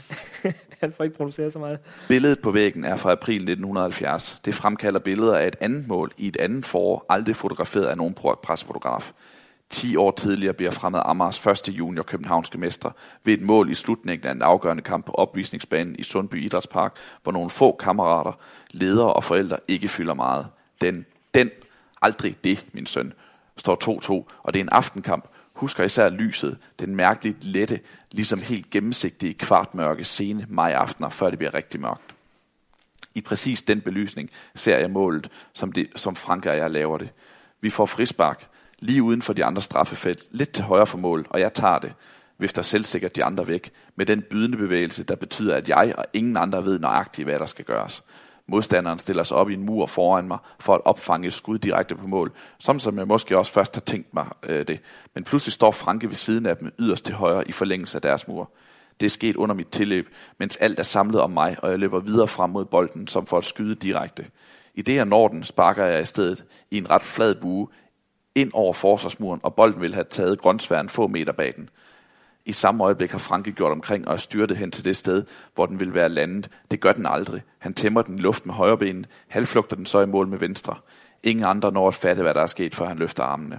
Han får ikke produceret så meget. Billedet på væggen er fra april nitten halvfjerds. Det fremkalder billeder af et andet mål i et andet forår, aldrig fotograferet af nogen presfotograf. Ti år tidligere bliver Fremad Amagers første junior københavnske mester ved et mål i slutningen af en afgørende kamp på opvisningsbanen i Sundby Idrætspark, hvor nogle få kammerater, ledere og forældre ikke fylder meget. Den, den, aldrig det, min søn, står to to, og det er en aftenkamp. Husker især lyset, den mærkeligt lette, ligesom helt gennemsigtige kvartmørke sene majaftener, før det bliver rigtig mørkt. I præcis den belysning ser jeg målet, som, det, som Frank og jeg laver det. Vi får frispark, lige uden for de andre straffefelt, lidt til højre for mål, og jeg tager det, vifter selvsikkert de andre væk, med den bydende bevægelse, der betyder, at jeg og ingen andre ved nøjagtigt, hvad der skal gøres. Modstanderen stiller sig op i en mur foran mig, for at opfange et skud direkte på mål, som som jeg måske også først har tænkt mig øh, det. Men pludselig står Franke ved siden af dem, yderst til højre, i forlængelse af deres mur. Det er sket under mit tilløb, mens alt er samlet om mig, og jeg løber videre frem mod bolden, som for at skyde direkte. I det jeg når den, sparker jeg i stedet i en ret flad bue, ind over forsvarsmuren, og bolden ville have taget grønsværen få meter bag den. I samme øjeblik har Franke gjort omkring og styrtet hen til det sted, hvor den ville være landet. Det gør den aldrig. Han tæmmer den i luft med højre ben, halvflugter den så i mål med venstre. Ingen andre når at fatte, hvad der er sket, før han løfter armene.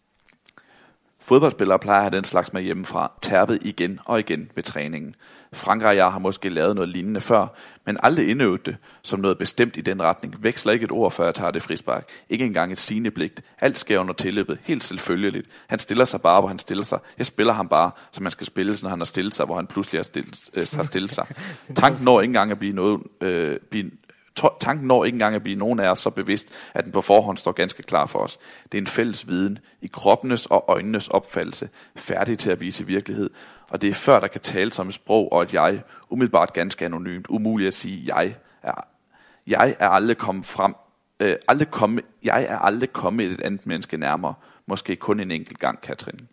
Fodboldspillere plejer at have den slags med hjemmefra, tærpet igen og igen ved træningen. Frank og jeg har måske lavet noget lignende før, men aldrig indøvet det som noget bestemt i den retning. Veksler ikke et ord, før jeg tager det frispark. Ikke engang et sigende blik. Alt sker under tilløbet, helt selvfølgeligt. Han stiller sig bare, hvor han stiller sig. Jeg spiller ham bare, som man skal spille, når han har stillet sig, hvor han pludselig har stillet, øh, har stillet sig. Tanken når ikke engang at blive noget... Øh, blive Tanken når ikke engang at blive nogen af os så bevidst, at den på forhånd står ganske klar for os. Det er en fælles viden i kroppenes og øjnenes opfattelse, færdig til at blive til virkelighed. Og det er før, der kan tale som et sprog og et jeg, umiddelbart ganske anonymt, umuligt at sige, jeg er, jeg er aldrig kommet frem, øh, aldrig komme, jeg er aldrig kommet et andet menneske nærmere, måske kun en enkelt gang, Katrin.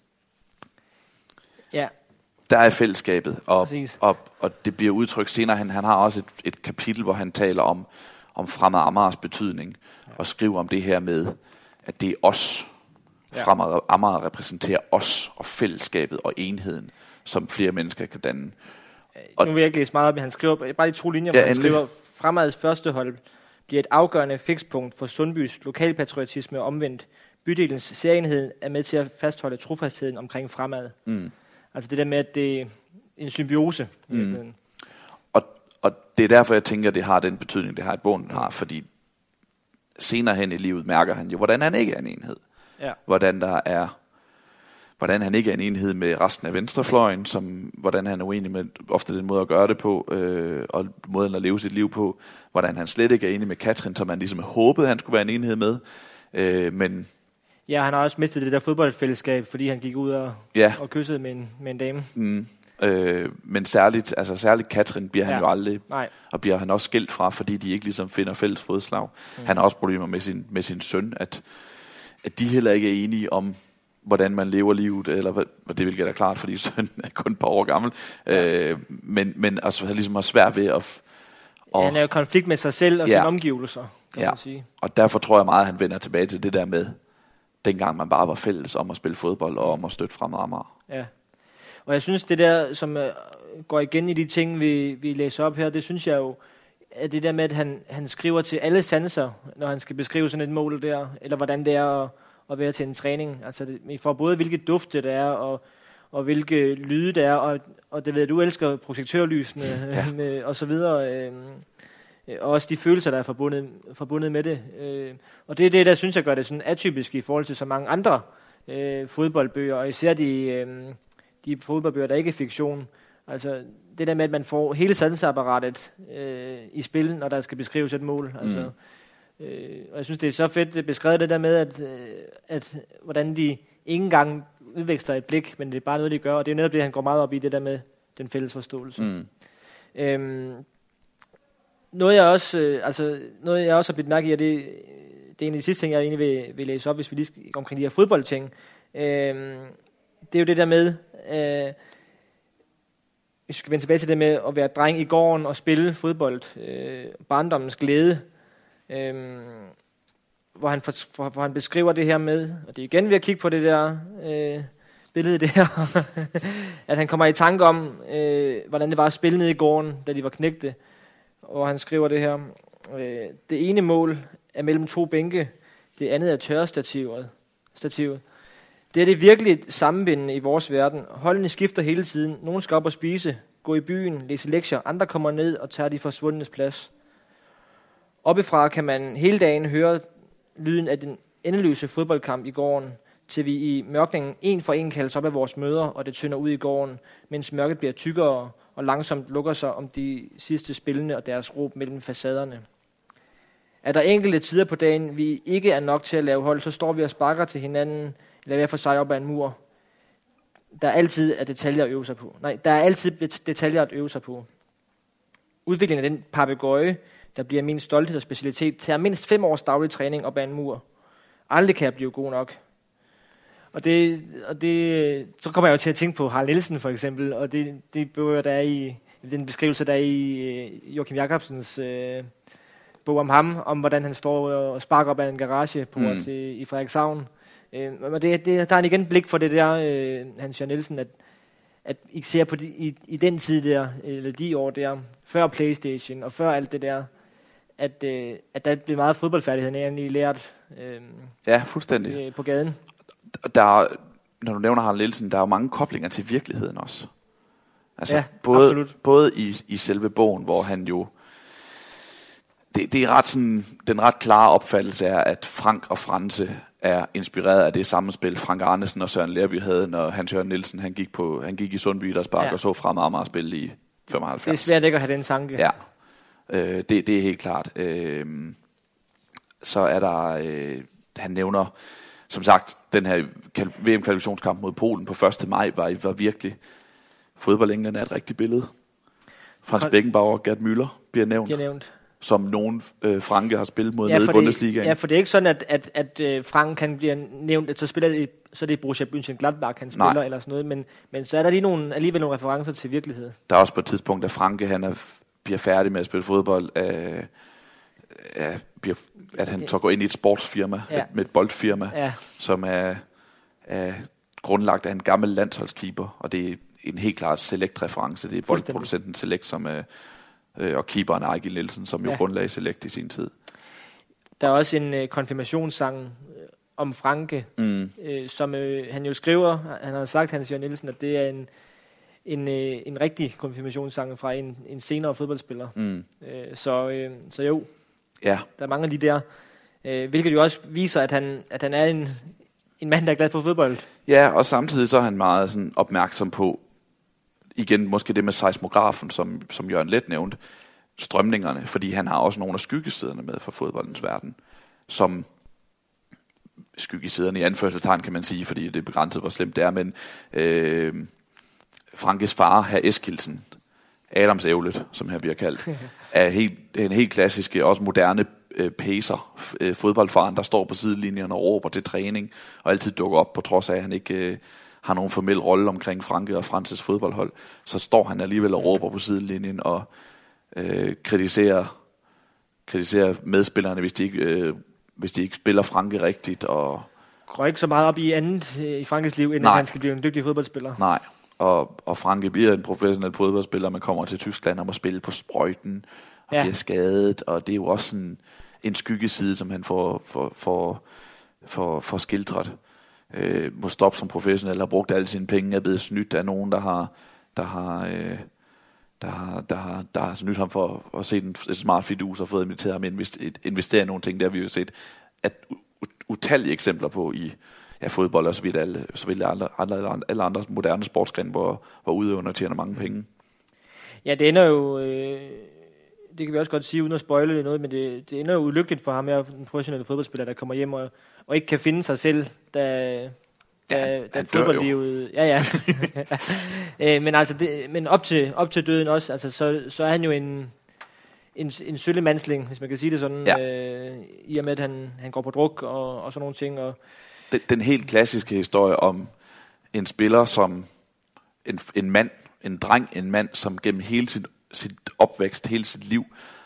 Ja. Der er fællesskabet, og, og, og det bliver udtrykt senere. Han, han har også et, et kapitel, hvor han taler om, om Fremad Amagers betydning, ja. Og skriver om det her med, at det er os. Ja. Fremad Amager repræsenterer os og fællesskabet og enheden, som flere mennesker kan danne. Og nu vil jeg ikke læse meget op, han skriver bare de to linjer, hvor ja, han skriver, Fremads første hold bliver et afgørende fikspunkt for Sundbys lokalpatriotisme og omvendt. Bydelens særenhed er med til at fastholde trofastheden omkring Fremad. Mm. Altså det der med, at det er en symbiose. Mm. Og, og det er derfor, jeg tænker, at det har den betydning, det har, at bogen har. Fordi senere hen i livet mærker han jo, hvordan han ikke er en enhed. Ja. Hvordan der er, hvordan han ikke er en enhed med resten af venstrefløjen, som, hvordan han er uenig med ofte den måde at gøre det på, øh, og måden at leve sit liv på. Hvordan han slet ikke er enig med Katrin, som han ligesom håbede, han skulle være en enhed med. Øh, men... Ja, han har også mistet det der fodboldfællesskab, fordi han gik ud og, ja. og kyssede med en, med en dame. Mm. Øh, men særligt, altså særligt Katrin bliver han ja. jo aldrig, Nej. og bliver han også skilt fra, fordi de ikke ligesom finder fælles fodslag. Mm. Han har også problemer med sin, med sin søn, at, at de heller ikke er enige om, hvordan man lever livet, eller hvad, det vil jeg da klart, fordi sønnen er kun et par år gammel. Ja. Øh, men, men altså, han ligesom har svært ved at... Og, ja, han er jo konflikt med sig selv og ja. sine omgivelser, kan ja. man sige. Og derfor tror jeg meget, at han vender tilbage til det der med, dengang man bare var fælles om at spille fodbold og om at støtte Fremad Amager. Ja. Og jeg synes, det der, som uh, går igen i de ting, vi, vi læser op her, det synes jeg jo, at det der med, at han, han skriver til alle sanser, når han skal beskrive sådan et mål der, eller hvordan det er at, at være til en træning. Altså, det, vi får både, hvilke dufte det er, og, og hvilke lyde det er, og, og det ved du elsker projektørlysene, ja. med, og så videre. Øh, og også de følelser, der er forbundet, forbundet med det. Øh, og det er det, der synes jeg gør det sådan atypisk i forhold til så mange andre øh, fodboldbøger, og især de, øh, de fodboldbøger, der ikke er fiktion. Altså det der med, at man får hele sanseapparatet øh, i spil, når der skal beskrives et mål. Altså, mm. øh, og jeg synes, det er så fedt beskrevet det der med, at, øh, at hvordan de ikke engang udveksler et blik, men det er bare noget, de gør, og det er netop det, han går meget op i, det der med den fælles forståelse. Mm. Øhm, Noget jeg også, øh, altså noget jeg også har blivet mærke i, og det, det er en af de sidste ting, jeg egentlig vil, vil læse op, hvis vi lige skal omkring de her fodboldting. Øh, det er jo det der med, øh, vi skal vende tilbage til det med at være dreng i gården og spille fodbold, øh, barndommens glæde. øhm, hvor, han for, hvor han beskriver det her med, og det er igen ved at kigge på det der øh, billede der, at han kommer i tanke om, øh, hvordan det var at spille nede i gården, da de var knægte, og han skriver det her, øh, det ene mål er mellem to bænke, det andet er tørrestativet. Stativet. Det er det virkelig sammenbindende i vores verden. Holdene skifter hele tiden. Nogen skal op og spise, gå i byen, læse lektier. Andre kommer ned og tager de forsvundnes plads. Oppefra kan man hele dagen høre lyden af den endeløse fodboldkamp i gården, til vi i mørkningen en for en kaldes op af vores møder, og det tynder ud i gården, mens mørket bliver tykkere og langsomt lukker sig om de sidste spillende og deres råb mellem facaderne. Er der enkelte tider på dagen, vi ikke er nok til at lave hold, så står vi og sparker til hinanden, eller hver for sig op ad en mur. Der er altid er detaljer at øve sig på. Nej, der er altid detaljer at øve sig på. Udviklingen af den papegøje, der bliver min stolthed og specialitet, tager mindst fem års daglig træning op ad en mur. Aldrig kan jeg blive god nok. Og det, og det, så kommer jeg jo til at tænke på Harald Nielsen for eksempel, og det, det bøger der er i, den beskrivelse der er i Joachim Jacobsens øh, bog om ham, om hvordan han står og sparker op ad en garageport mm. i, i Frederikshavn. Øh, og det, det, der er en igen blik for det der, øh, Hans Jørgen Nielsen, at, at I ser på de, i, i den tid der, eller de år der, før PlayStation og før alt det der, at, øh, at der blev meget fodboldfærdighed, egentlig lært øh, ja, fuldstændig. Øh, på gaden. Der, når du nævner Harald Nielsen, der er jo mange koblinger til virkeligheden også. Altså ja, både, både i, i selve bogen, hvor han jo det, det er ret sådan, den ret klare opfattelse er, at Frank og Franse er inspireret af det sammenspil, Frank Arnesen og Søren Lerby havde, når Hans Jørgen Nielsen han gik, på, han gik i Sundby Idrætspark ja. og så Fremad Amager spille i femoghalvfjerds. Det er svært ikke at have den tanke. Ja, øh, det, det er helt klart. Øh, så er der, øh, han nævner, som sagt, den her V M-kvalifikationskamp mod Polen på første maj var, var virkelig, fodboldenglen er et rigtigt billede. Frans Kon- Beckenbauer og Gerd Müller bliver nævnt. Bliver nævnt. Som nogen øh, Franke har spillet mod ja, nede i Bundesligaen. Ja, for det er ikke sådan, at, at, at, at Frank kan blive nævnt, at så spiller det, så er det Borussia Mönchengladbach, han spiller, Nej. eller sådan noget, men, men så er der lige nogle, alligevel nogle referencer til virkelighed. Der er også på et tidspunkt, at Franke han er, bliver færdig med at spille fodbold, øh, øh, bliver, at han så går ind i et sportsfirma, ja. et, med et boldfirma, ja. som er, er grundlagt af en gammel landsholdskeeper, og det er en helt klart Select-reference. Det er boldproducenten Select, som er Øh, og keeperen Ejgil Nielsen, som jo ja. grundlagde Select i sin tid. Der er også en øh, konfirmationssang øh, om Franke, mm. øh, som øh, han jo skriver. Han har sagt, Hans Jørgen Nielsen, at det er en, en, øh, en rigtig konfirmationssang fra en, en senere fodboldspiller. Mm. Øh, så, øh, så jo, ja. der er mange af de der, øh, hvilket jo også viser, at han, at han er en, en mand, der er glad for fodbold. Ja, og samtidig så er han meget sådan opmærksom på, igen, måske det med seismografen, som, som Jørgen Leth nævnte, strømningerne, fordi han har også nogle af skyggesiderne med fra fodboldens verden, som skyggesiderne i anførselstegn, kan man sige, fordi det er begrænset, hvor slemt det er, men øh, Frankes far, hr. Eskildsen, Adams ævlet, som her bliver kaldt, er helt, en helt klassisk, også moderne øh, pacer, øh, fodboldfaren, der står på sidelinjen og råber til træning, og altid dukker op, på trods af, at han ikke øh, har nogen formel rolle omkring Franke og Frances fodboldhold, så står han alligevel og råber på sidelinjen og øh, kritiserer, kritiserer medspillerne, hvis de ikke, øh, hvis de ikke spiller Franke rigtigt. Og går ikke så meget op i andet øh, i Frankes liv, end at han skal blive en dygtig fodboldspiller. Nej, og, og Franke bliver en professionel fodboldspiller, man kommer til Tyskland og må spille på sprøjten og ja. bliver skadet, og det er jo også sådan en skyggeside, som han får, får, får, får, får skildret. Øh, må stoppe som professionel, har brugt alle sine penge, er blevet snydt af nogen, der har, der har, øh, der har, der har, der har snydt ham for at se en, et smart fidus og fået inviteret ham at investere i nogle ting. Der har vi jo set at utallige eksempler på i ja, fodbold og så vidt alle, så vidt alle, alle, alle andre moderne sportsgrene, hvor, hvor udøverne tjener mange penge. Ja, det ender jo, øh, det kan vi også godt sige uden at spoile noget, men det, det ender jo ulykkeligt for ham, jeg er en professionel fodboldspiller, der kommer hjem og, og ikke kan finde sig selv, da, da, ja, da fodboldlivet. Ja, ja. øh, men altså, det, men op til op til døden også, altså så så er han jo en en en søllemandsling, hvis man kan sige det sådan, ja. øh, i og med at han han går på druk og og sådan nogle ting og den, den helt klassiske historie om en spiller som en en mand, en dreng, en mand som gennem hele sit sit opvækst, hele sit liv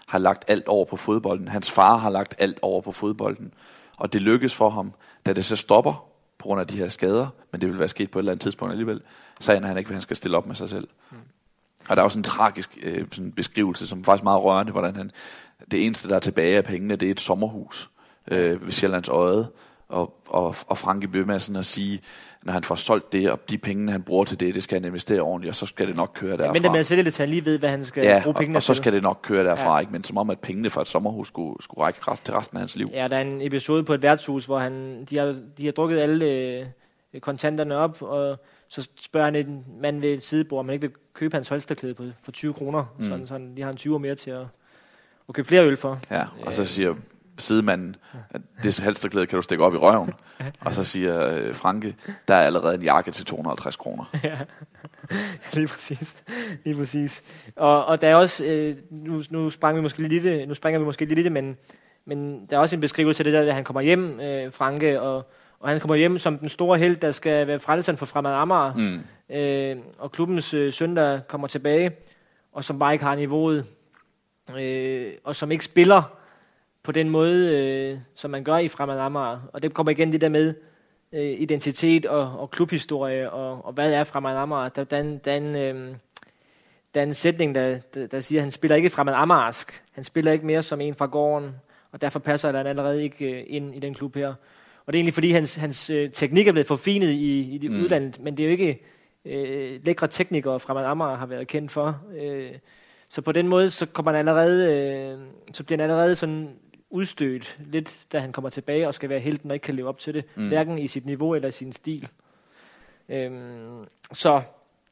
har lagt alt over på fodbolden. Hans far har lagt alt over på fodbolden. Og det lykkes for ham, da det så stopper på grund af de her skader, men det vil være sket på et eller andet tidspunkt alligevel, så aner han ikke, hvad han skal stille op med sig selv. Mm. Og der er også en tragisk øh, sådan beskrivelse, som faktisk meget rørende, hvordan han, det eneste, der er tilbage af pengene, det er et sommerhus øh, ved Sjællands Odde, og, og, og Franke bliver med sådan at sige, når han får solgt det, og de penge, han bruger til det, det skal han investere ordentligt, og så skal det nok køre derfra. Men det med at sælge det til, han lige ved, hvad han skal ja, bruge pengene til. og, og så skal det nok køre derfra, ja. ikke? Men som om, at pengene fra et sommerhus skulle, skulle række til resten af hans liv. Ja, der er en episode på et værtshus, hvor han, de, har, de har drukket alle øh, kontanterne op, og så spørger han en mand ved et sidebord, om man ikke vil købe hans holsterklæde på, for tyve kroner. Mm. Sådan, sådan, de har en tyver mere til at, at købe flere øl for. Ja, og så siger sidemanden, at det halsterklæde kan du stikke op i røven. Og så siger øh, Franke, der er allerede en jakke til to hundrede og halvtreds kroner. Ja, lige præcis. Lige præcis. Og, og der er også, øh, nu, nu, sprang vi måske lidt, nu springer vi måske lidt i det, men, men der er også en beskrivelse af det der, at han kommer hjem, øh, Franke, og, og han kommer hjem som den store helt, der skal være frelseren for Fremad Amager. Mm. Øh, og klubbens øh, søn, der kommer tilbage, og som bare ikke har niveauet, øh, og som ikke spiller på den måde, øh, som man gør i Fremad Amager. Og det kommer igen det der med øh, identitet og, og klubhistorie, og, og hvad er Fremad Amager. Der, der, er en, der, er en, øh, der er en sætning, der, der, der siger, at han spiller ikke Fremad Amagersk. Han spiller ikke mere som en fra gården, og derfor passer han allerede ikke øh, ind i den klub her. Og det er egentlig fordi, hans, hans øh, teknik er blevet forfinet i, i det mm. udlandet, men det er jo ikke øh, lækre teknikere, Fremad Amager har været kendt for. Øh, så på den måde, så kommer han allerede, øh, så bliver han allerede sådan udstødt lidt, da han kommer tilbage og skal være helten og ikke kan leve op til det, mm. hverken i sit niveau eller sin stil. Øhm, så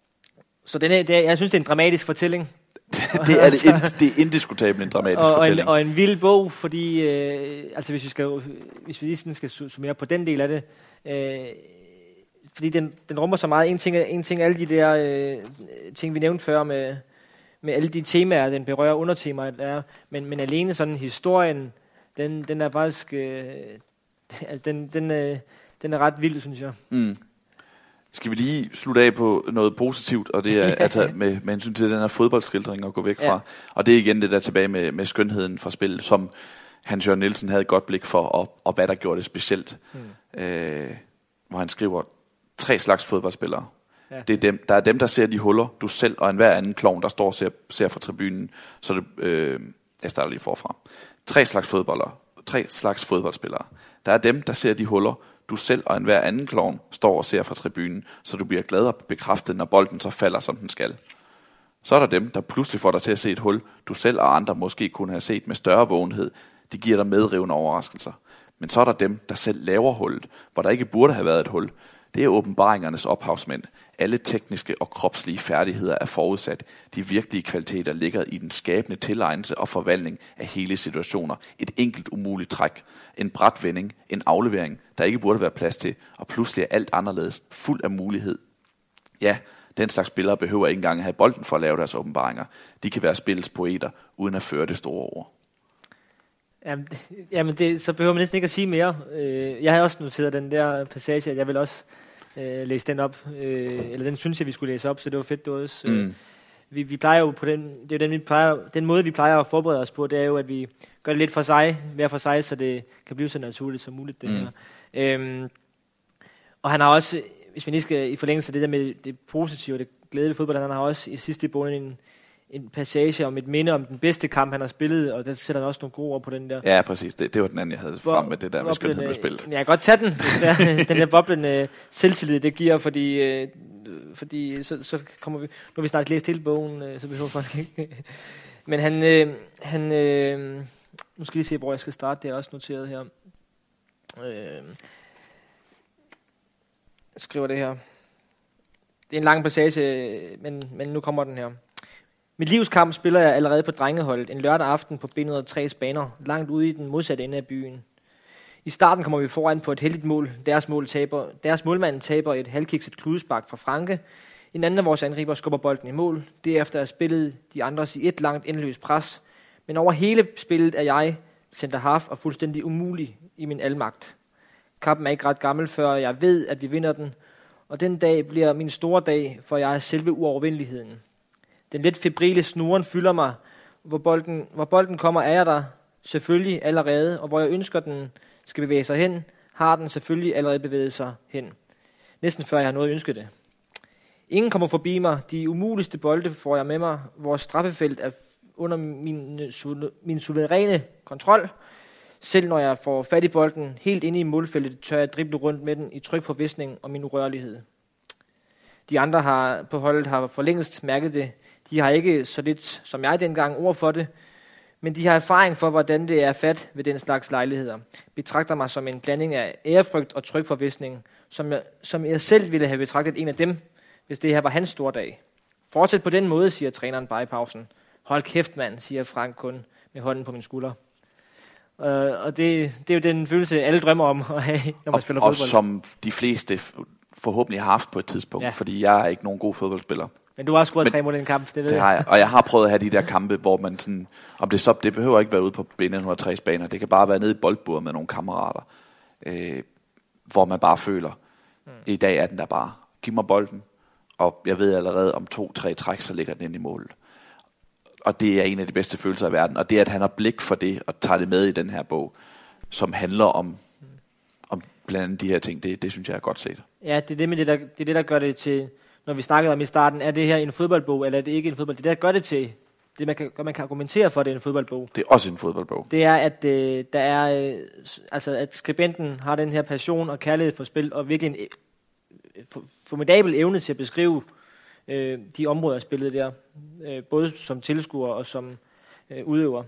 så den er, det er, jeg synes, det er en dramatisk fortælling. det, er det, ind, det er indiskutabelt en dramatisk og, fortælling. Og en, og en vild bog, fordi øh, altså hvis vi skal hvis vi lige skal summere på den del af det, øh, fordi den, den rummer så meget. En ting, en ting alle de der øh, ting, vi nævnte før med, med alle de temaer, den berører undertemaer, der er, men, men alene sådan historien, Den, den er faktisk, øh, den, den, øh, den er ret vild, synes jeg. Mm. Skal vi lige slutte af på noget positivt, og det er at tage med, med hensyn til den her fodboldskildring og gå væk fra. Ja. Og det er igen det der tilbage med, med skønheden fra spillet, som Hans Jørgen Nielsen havde et godt blik for, og, og hvad der gjorde det specielt. Mm. Øh, hvor han skriver, tre slags fodboldspillere. Ja. Det er dem, der er dem, der ser de huller, du selv og enhver anden klovn, der står og ser, ser fra tribunen. Så det, øh, jeg starter lige forfra. Tre slags fodboldere, tre slags fodboldspillere. Der er dem, der ser de huller, du selv og enhver anden klovn står og ser fra tribunen, så du bliver glad og bekræftet, når bolden så falder, som den skal. Så er der dem, der pludselig får dig til at se et hul, du selv og andre måske kunne have set med større vågenhed. De giver dig medrivende overraskelser. Men så er der dem, der selv laver hullet, hvor der ikke burde have været et hul. Det er åbenbaringernes ophavsmænd. Alle tekniske og kropslige færdigheder er forudsat. De virkelige kvaliteter ligger i den skabende tilegnelse og forvandling af hele situationer. Et enkelt umuligt træk. En brat vending. En aflevering, der ikke burde være plads til. Og pludselig er alt anderledes. Fuld af mulighed. Ja, den slags spillere behøver ikke engang at have bolden for at lave deres åbenbaringer. De kan være spillets poeter, uden at føre det store ord. Jamen, jamen det, så behøver man næsten ikke at sige mere. Øh, jeg har også noteret den der passage, at jeg vil også øh, læse den op. Øh, eller den synes jeg, vi skulle læse op, så det var fedt. Det var også, øh, mm. vi, vi plejer jo på den, det er den, vi plejer, den måde, vi plejer at forberede os på, det er jo, at vi gør det lidt for sig, hver for sig, så det kan blive så naturligt som muligt. Det mm. her. Øhm, og han har også, hvis vi lige skal i forlængelse af det der med det positive, det glædelige fodbold, han har også i sidste i bogen en en passage om et minde om den bedste kamp, han har spillet, og der sætter han også nogle gode ord på den der. Ja, præcis. Det, det var den anden, jeg havde frem med det der med skønheden blev spillet. Jeg kan godt tage den. Der, den der boblende selvtillid, det giver, fordi, øh, fordi så, så kommer vi, nu har vi snart læst hele bogen, øh, så behøver folk ikke. Men han, øh, han øh, nu skal jeg se, hvor jeg skal starte, det er også noteret her. Øh, jeg skriver det her. Det er en lang passage, men, men nu kommer den her. Mit livskamp spiller jeg allerede på drengeholdet en lørdag aften på B et nul tre baner, langt ude i den modsatte ende af byen. I starten kommer vi foran på et heldigt mål. Deres, mål taber, deres målmand taber et halvkikset kludespark fra Franke. En anden af vores angriber skubber bolden i mål. Derefter er spillet de andres i et langt endeløst pres. Men over hele spillet er jeg, center half, og fuldstændig umulig i min almagt. Kampen er ikke ret gammel, før jeg ved, at vi vinder den. Og den dag bliver min store dag, for jeg er selve uovervindeligheden. Den lidt febrile snoren fylder mig, hvor bolden, hvor bolden kommer, er jeg der selvfølgelig allerede, og hvor jeg ønsker, den skal bevæge sig hen, har den selvfølgelig allerede bevæget sig hen. Næsten før jeg har noget at ønske det. Ingen kommer forbi mig. De umuligste bolde får jeg med mig. Vores straffefelt er under min, min suveræne kontrol. Selv når jeg får fat i bolden helt inde i målfeltet, tør jeg drible rundt med den i tryg forvisning og min urørlighed. De andre har på holdet har for længst mærket det. De har ikke så lidt som jeg dengang ord for det, men de har erfaring for, hvordan det er fat ved den slags lejligheder. Betragter mig som en blanding af ærefrygt og tryg forvisning, som jeg, som jeg selv ville have betragtet en af dem, hvis det her var hans store dag. Fortsæt på den måde, siger træneren bare i pausen. Hold kæft, mand, siger Frank kun med hånden på min skulder. Uh, og det, det er jo den følelse, alle drømmer om at have, når man og, spiller fodbold. Og som de fleste forhåbentlig har haft på et tidspunkt, ja. Fordi jeg er ikke nogen god fodboldspiller. Men du har også scoret tre mål i en kamp, det ved det jeg. Har jeg. Og jeg har prøvet at have de der kampe, hvor man sådan, om det så, det behøver ikke være ude på B et hundrede og tre baner, det kan bare være nede i boldbordet med nogle kammerater, øh, hvor man bare føler, mm. i dag er den der bare, giv mig bolden, og jeg ved allerede om to-tre træk, så ligger den ind i målet. Og det er en af de bedste følelser i verden, og det at han har blik for det, og tager det med i den her bog, som handler om, mm. om blandt andet de her ting, det, det synes jeg er godt set. Ja, det er det, med det, der, det er det, der gør det til, når vi snakkede om i starten, er det her en fodboldbog, eller er det ikke en fodbold? Det der gør det til, det man kan, man kan argumentere for, det er en fodboldbog. Det er også en fodboldbog. Det er, at øh, der er, øh, altså at skribenten har den her passion og kærlighed for spil, og virkelig en øh, formidabel evne til at beskrive øh, de områder af spillet der, øh, både som tilskuer og som øh, udøver.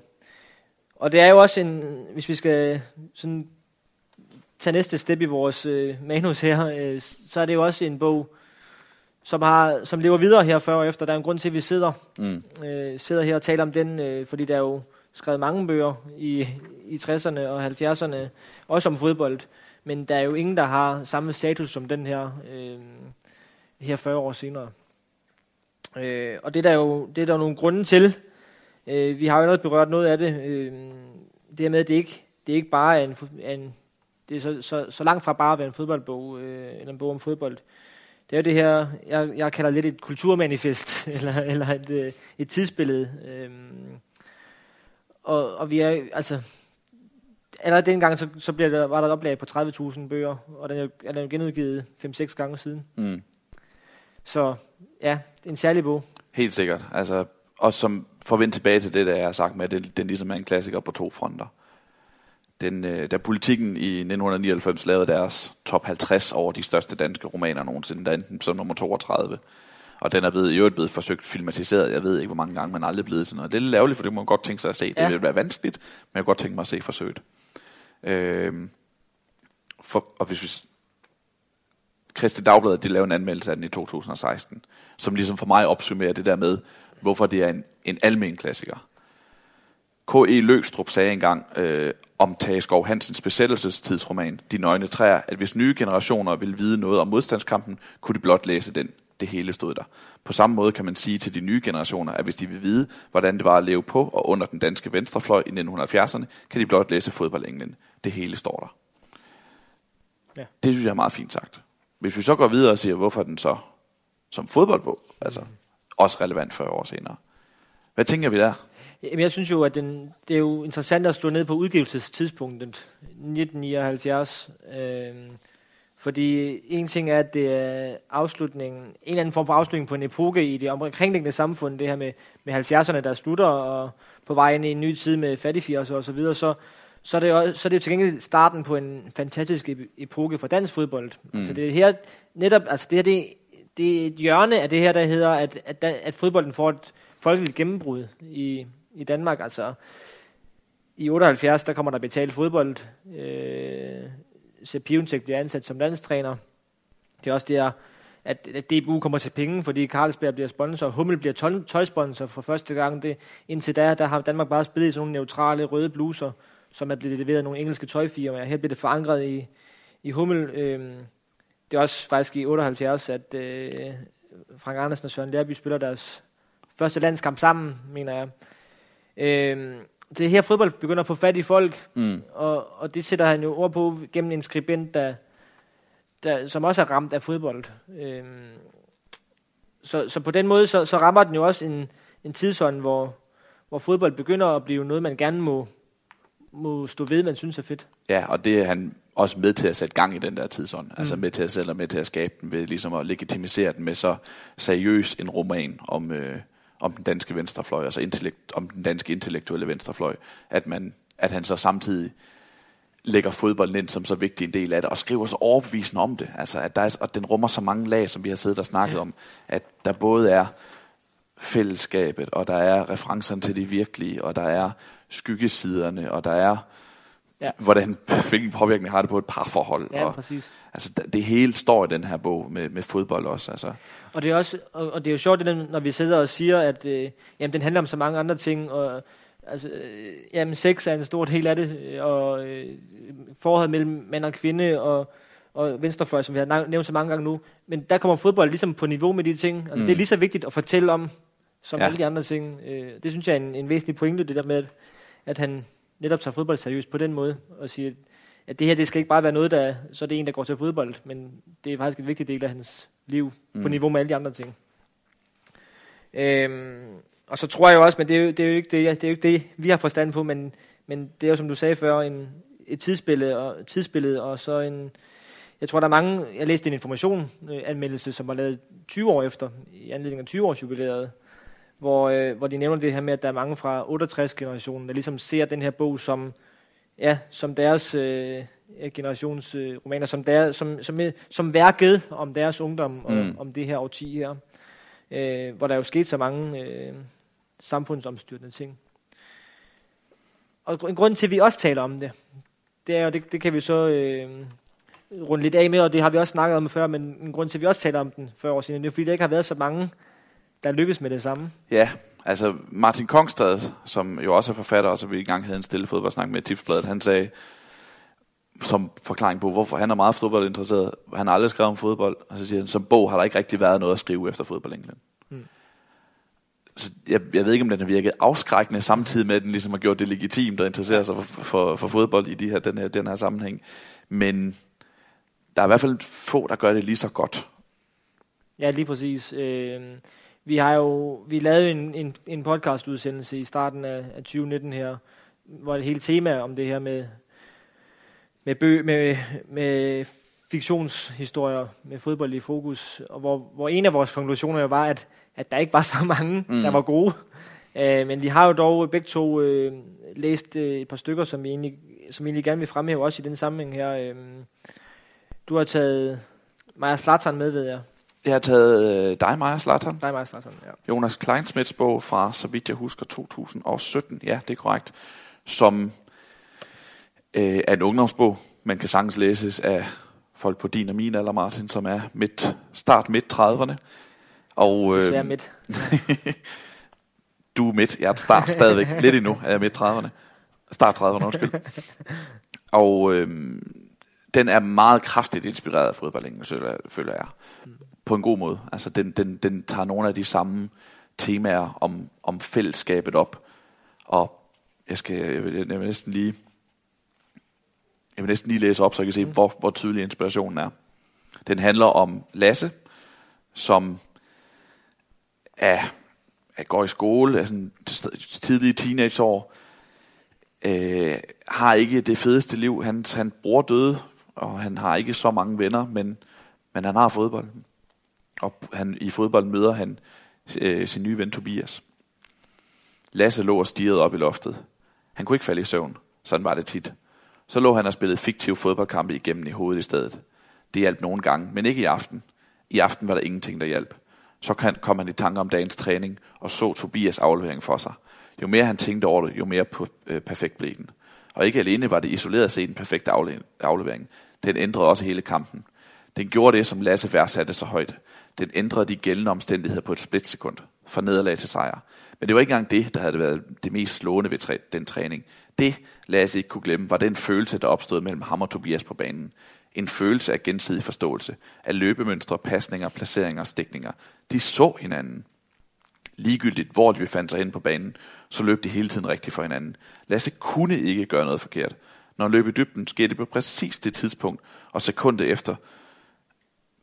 Og det er jo også en, hvis vi skal sådan tage næste step i vores øh, manus her, øh, så er det jo også en bog, som har som lever videre her fyrre år efter. Der er en grund til, at vi sidder, mm. øh, sidder her og taler om den, øh, fordi der er jo skrevet mange bøger i, i tresserne og halvfjerdserne, også om fodbold, men der er jo ingen, der har samme status som den her, øh, her fyrre år senere. Øh, og det er der jo det er der nogle grunde til. Øh, vi har jo allerede berørt noget af det. Øh, det her med, at det ikke, det er ikke bare en, en det er så, så, så langt fra bare at være en fodboldbog, øh, eller en bog om fodbold. Det er jo det her, jeg, jeg kalder lidt et kulturmanifest, eller, eller et, et tidsbillede. Øhm, og, og vi er, altså, allerede dengang, så, så bliver der, var der et oplag på tredive tusind bøger, og den er, er den genudgivet fem-seks gange siden. Mm. Så ja, en særlig bog. Helt sikkert. Altså, også som, for at vende tilbage til det, der jeg har sagt med, at det, den ligesom er en klassiker på to fronter. Den, da Politikken i nitten nioghalvfems lavede deres top halvtreds over de største danske romaner nogensinde, der endte som nummer toogtredive. Og den er blevet, i øvrigt blevet forsøgt filmatiseret, jeg ved ikke hvor mange gange, men aldrig blevet sådan noget. Det er lidt ærgerligt, for det må man godt tænke sig at se. Ja. Det vil være vanskeligt, men jeg kan godt tænke mig at se forsøget. Øhm, for, og hvis vi... Kristeligt Dagblad, de lavede en anmeldelse af den i to tusind og seksten, som ligesom for mig opsummerer det der med, hvorfor det er en, en almen klassiker. K E Løgstrup sagde engang øh, om Tage Skov Hansens besættelsestidsroman, De nøgne træer, at hvis nye generationer ville vide noget om modstandskampen, kunne de blot læse den. Det hele stod der. På samme måde kan man sige til de nye generationer, at hvis de vil vide, hvordan det var at leve på og under den danske venstrefløj i nitten halvfjerdserne, kan de blot læse Fodboldenglen. Det hele står der. Ja. Det synes jeg er meget fint sagt. Hvis vi så går videre og siger, hvorfor den så som fodboldbog, altså også relevant fyrre år senere. Hvad tænker vi der? Jamen, jeg synes jo, at den, det er jo interessant at slå ned på udgivelsestidspunktet, nitten nioghalvfjerds. Øh, fordi en ting er, at det er afslutningen, en eller anden form for afslutning på en epoke i det omkringliggende samfund, det her med, med halvfjerdserne, der slutter, og på vej ind i en ny tid med fattigfirser og så videre, så, så, er det jo, så er det jo til gengæld starten på en fantastisk epoke for dansk fodbold. Mm. Så det er her netop, altså det her, det, det er et hjørne af det her, der hedder, at, at, at fodbolden får et folkeligt gennembrud i i Danmark. Altså i otteoghalvfjerds, der kommer der betalt fodbold. Øh, Sepp Piontek bliver ansat som landstræner. Det er også der, at, at D B U kommer til penge, fordi Carlsberg bliver sponsor, Hummel bliver tøj- tøjsponsor for første gang. Det, indtil da, der har Danmark bare spillet i sådan nogle neutrale røde bluser, som er blevet leveret af nogle engelske tøjfirmaer. Her bliver det forankret i, i Hummel. Øh, det er også faktisk i otteoghalvfjerds, at øh, Frank Andersen og Søren Lerby spiller deres første landskamp sammen, mener jeg. Øhm, det er her fodbold begynder at få fat i folk, mm. og, og det sætter han jo ord på gennem en skribent, der, der, som også er ramt af fodbold. Øhm, så, så på den måde, så, så rammer den jo også en, en tidsånd, hvor, hvor fodbold begynder at blive noget, man gerne må, må stå ved, man synes er fedt. Ja, og det er han også med til at sætte gang i den der tidsånd. Mm. Altså med til at selv og med til at skabe den ved ligesom at legitimisere den med så seriøs en roman om, øh, om den danske venstrefløj, altså intellekt, om den danske intellektuelle venstrefløj, at, man, at han så samtidig lægger fodbolden ind som så vigtig en del af det, og skriver så overbevisende om det. Altså, at, der er, at den rummer så mange lag, som vi har siddet og snakket ja. om, at der både er fællesskabet, og der er referencerne til det virkelige, og der er skyggesiderne, og der er, ja. hvordan, hvilken påvirkning har det på et parforhold. Ja, og, præcis. Altså, det hele står i den her bog med, med fodbold også. Altså. Og det er også, og, og det er jo sjovt, det, når vi sidder og siger, at øh, jamen, den handler om så mange andre ting, og altså, øh, jamen, sex er en stor del af det, og øh, forholdet mellem mand og kvinde, og, og venstrefløj, som vi har nævnt så mange gange nu. Men der kommer fodbold ligesom på niveau med de ting. Altså, mm. Det er lige så vigtigt at fortælle om, som ja. alle de andre ting. Øh, det synes jeg er en, en væsentlig pointe, det der med, at, at han netop tager fodbold seriøst på den måde, og siger, at det her, det skal ikke bare være noget, der så er det en, der går til fodbold, men det er faktisk en vigtig del af hans liv, mm. på niveau med alle de andre ting. Øhm, og så tror jeg jo også, men det er jo, det er jo ikke det, det er jo ikke det, vi har forstand på, men, men det er jo, som du sagde før, en, et tidsbillede, og, tidsbillede, og så en, jeg tror, der er mange, jeg læste en information, øh, anmeldelse, som var lavet tyve år efter, i anledning af tyve års jubilæet, hvor, øh, hvor de nævner det her med, at der er mange fra otteogtres-generationen, der ligesom ser den her bog som, ja, som deres øh, generations øh, romaner, som, der, som, som, som værket om deres ungdom, og mm. om det her årti her, øh, hvor der jo skete så mange øh, samfundsomstyrtende ting. Og en grund til, at vi også taler om det, det er jo, det, det kan vi så øh, runde lidt af med, og det har vi også snakket om før, men en grund til, at vi også taler om den før år siden, det er fordi, der ikke har været så mange, der lykkes med det samme. Ja, altså Martin Kongstad, som jo også er forfatter, og så vi i gang havde en stille fodboldsnak med Tipsbladet, han sagde, som forklaring på, hvorfor han er meget fodboldinteresseret, han har aldrig skrevet om fodbold, og så siger han, som bog har der ikke rigtig været noget at skrive efter fodbold i England. Hmm. Så jeg, jeg ved ikke, om den har virket afskrækkende, samtidig med, at den ligesom har gjort det legitimt at interessere sig for, for, for fodbold i de her, den, her, den her sammenhæng. Men der er i hvert fald få, der gør det lige så godt. Ja, lige præcis. Øh, vi har jo vi lavede en, en, en podcastudsendelse i starten af, af tyve nitten her, hvor det hele tema om det her med med, bø, med, med fiktionshistorier, med fodbold i fokus, og hvor, hvor en af vores konklusioner jo var, at, at der ikke var så mange, mm. der var gode. Uh, men vi har jo dog begge to uh, læst uh, et par stykker, som vi, egentlig, som vi egentlig gerne vil fremhæve også i den sammenhæng her. Uh, du har taget Maja Zlatan med, ved jeg. Jeg har taget øh, dig, Maja Zlatan. Dig, Maja Zlatan, ja. Jonas Kleinsmiths bog fra, så vidt jeg husker, to tusind og sytten. Ja, det er korrekt. Som øh, er en ungdomsbog. Man kan sagtens læses af folk på din og min alder, Martin, som er midt, start midt trediverne. Og øh, Desværre midt. Du er midt. Jeg er start stadigvæk. Lidt endnu er jeg midt trediverne. Start trediverne, undskyld. Og øh, den er meget kraftigt inspireret af fodbold, føler jeg. På en god måde. Altså, den, den, den tager nogle af de samme temaer om, om fællesskabet op. Og jeg skal jeg vil, jeg vil næsten lige jeg vil næsten lige læse op, så jeg kan se, mm. hvor, hvor tydelig inspirationen er. Den handler om Lasse, som er, er går i skole, er sådan tidlige teenageår, øh, har ikke det fedeste liv. Hans, han bror døde, og han har ikke så mange venner, men, men han har fodbolden. Og han, i fodbolden møder han øh, sin nye ven Tobias. Lasse lå og stirrede op i loftet. Han kunne ikke falde i søvn. Sådan var det tit. Så lå han og spillede fiktive fodboldkampe igennem i hovedet i stedet. Det hjalp nogle gange, men ikke i aften. I aften var der ingenting, der hjalp. Så kom han i tanke om dagens træning og så Tobias aflevering for sig. Jo mere han tænkte over det, jo mere perfekt blev den. Og ikke alene var det isoleret set en perfekt aflevering. Den ændrede også hele kampen. Den gjorde det, som Lasse værdsatte så højt. Den ændrede de gældende omstændigheder på et splitsekund. Fra nederlag til sejr. Men det var ikke engang det, der havde været det mest slående ved den træning. Det, Lasse ikke kunne glemme, var den følelse, der opstod mellem ham og Tobias på banen. En følelse af gensidig forståelse. Af løbemønstre, pasninger, placeringer og stikninger. De så hinanden. Ligegyldigt, hvor de befandt sig inde på banen, så løb de hele tiden rigtigt for hinanden. Lasse kunne ikke gøre noget forkert. Når han løb i dybden, skete det på præcis det tidspunkt, og sekundet efter,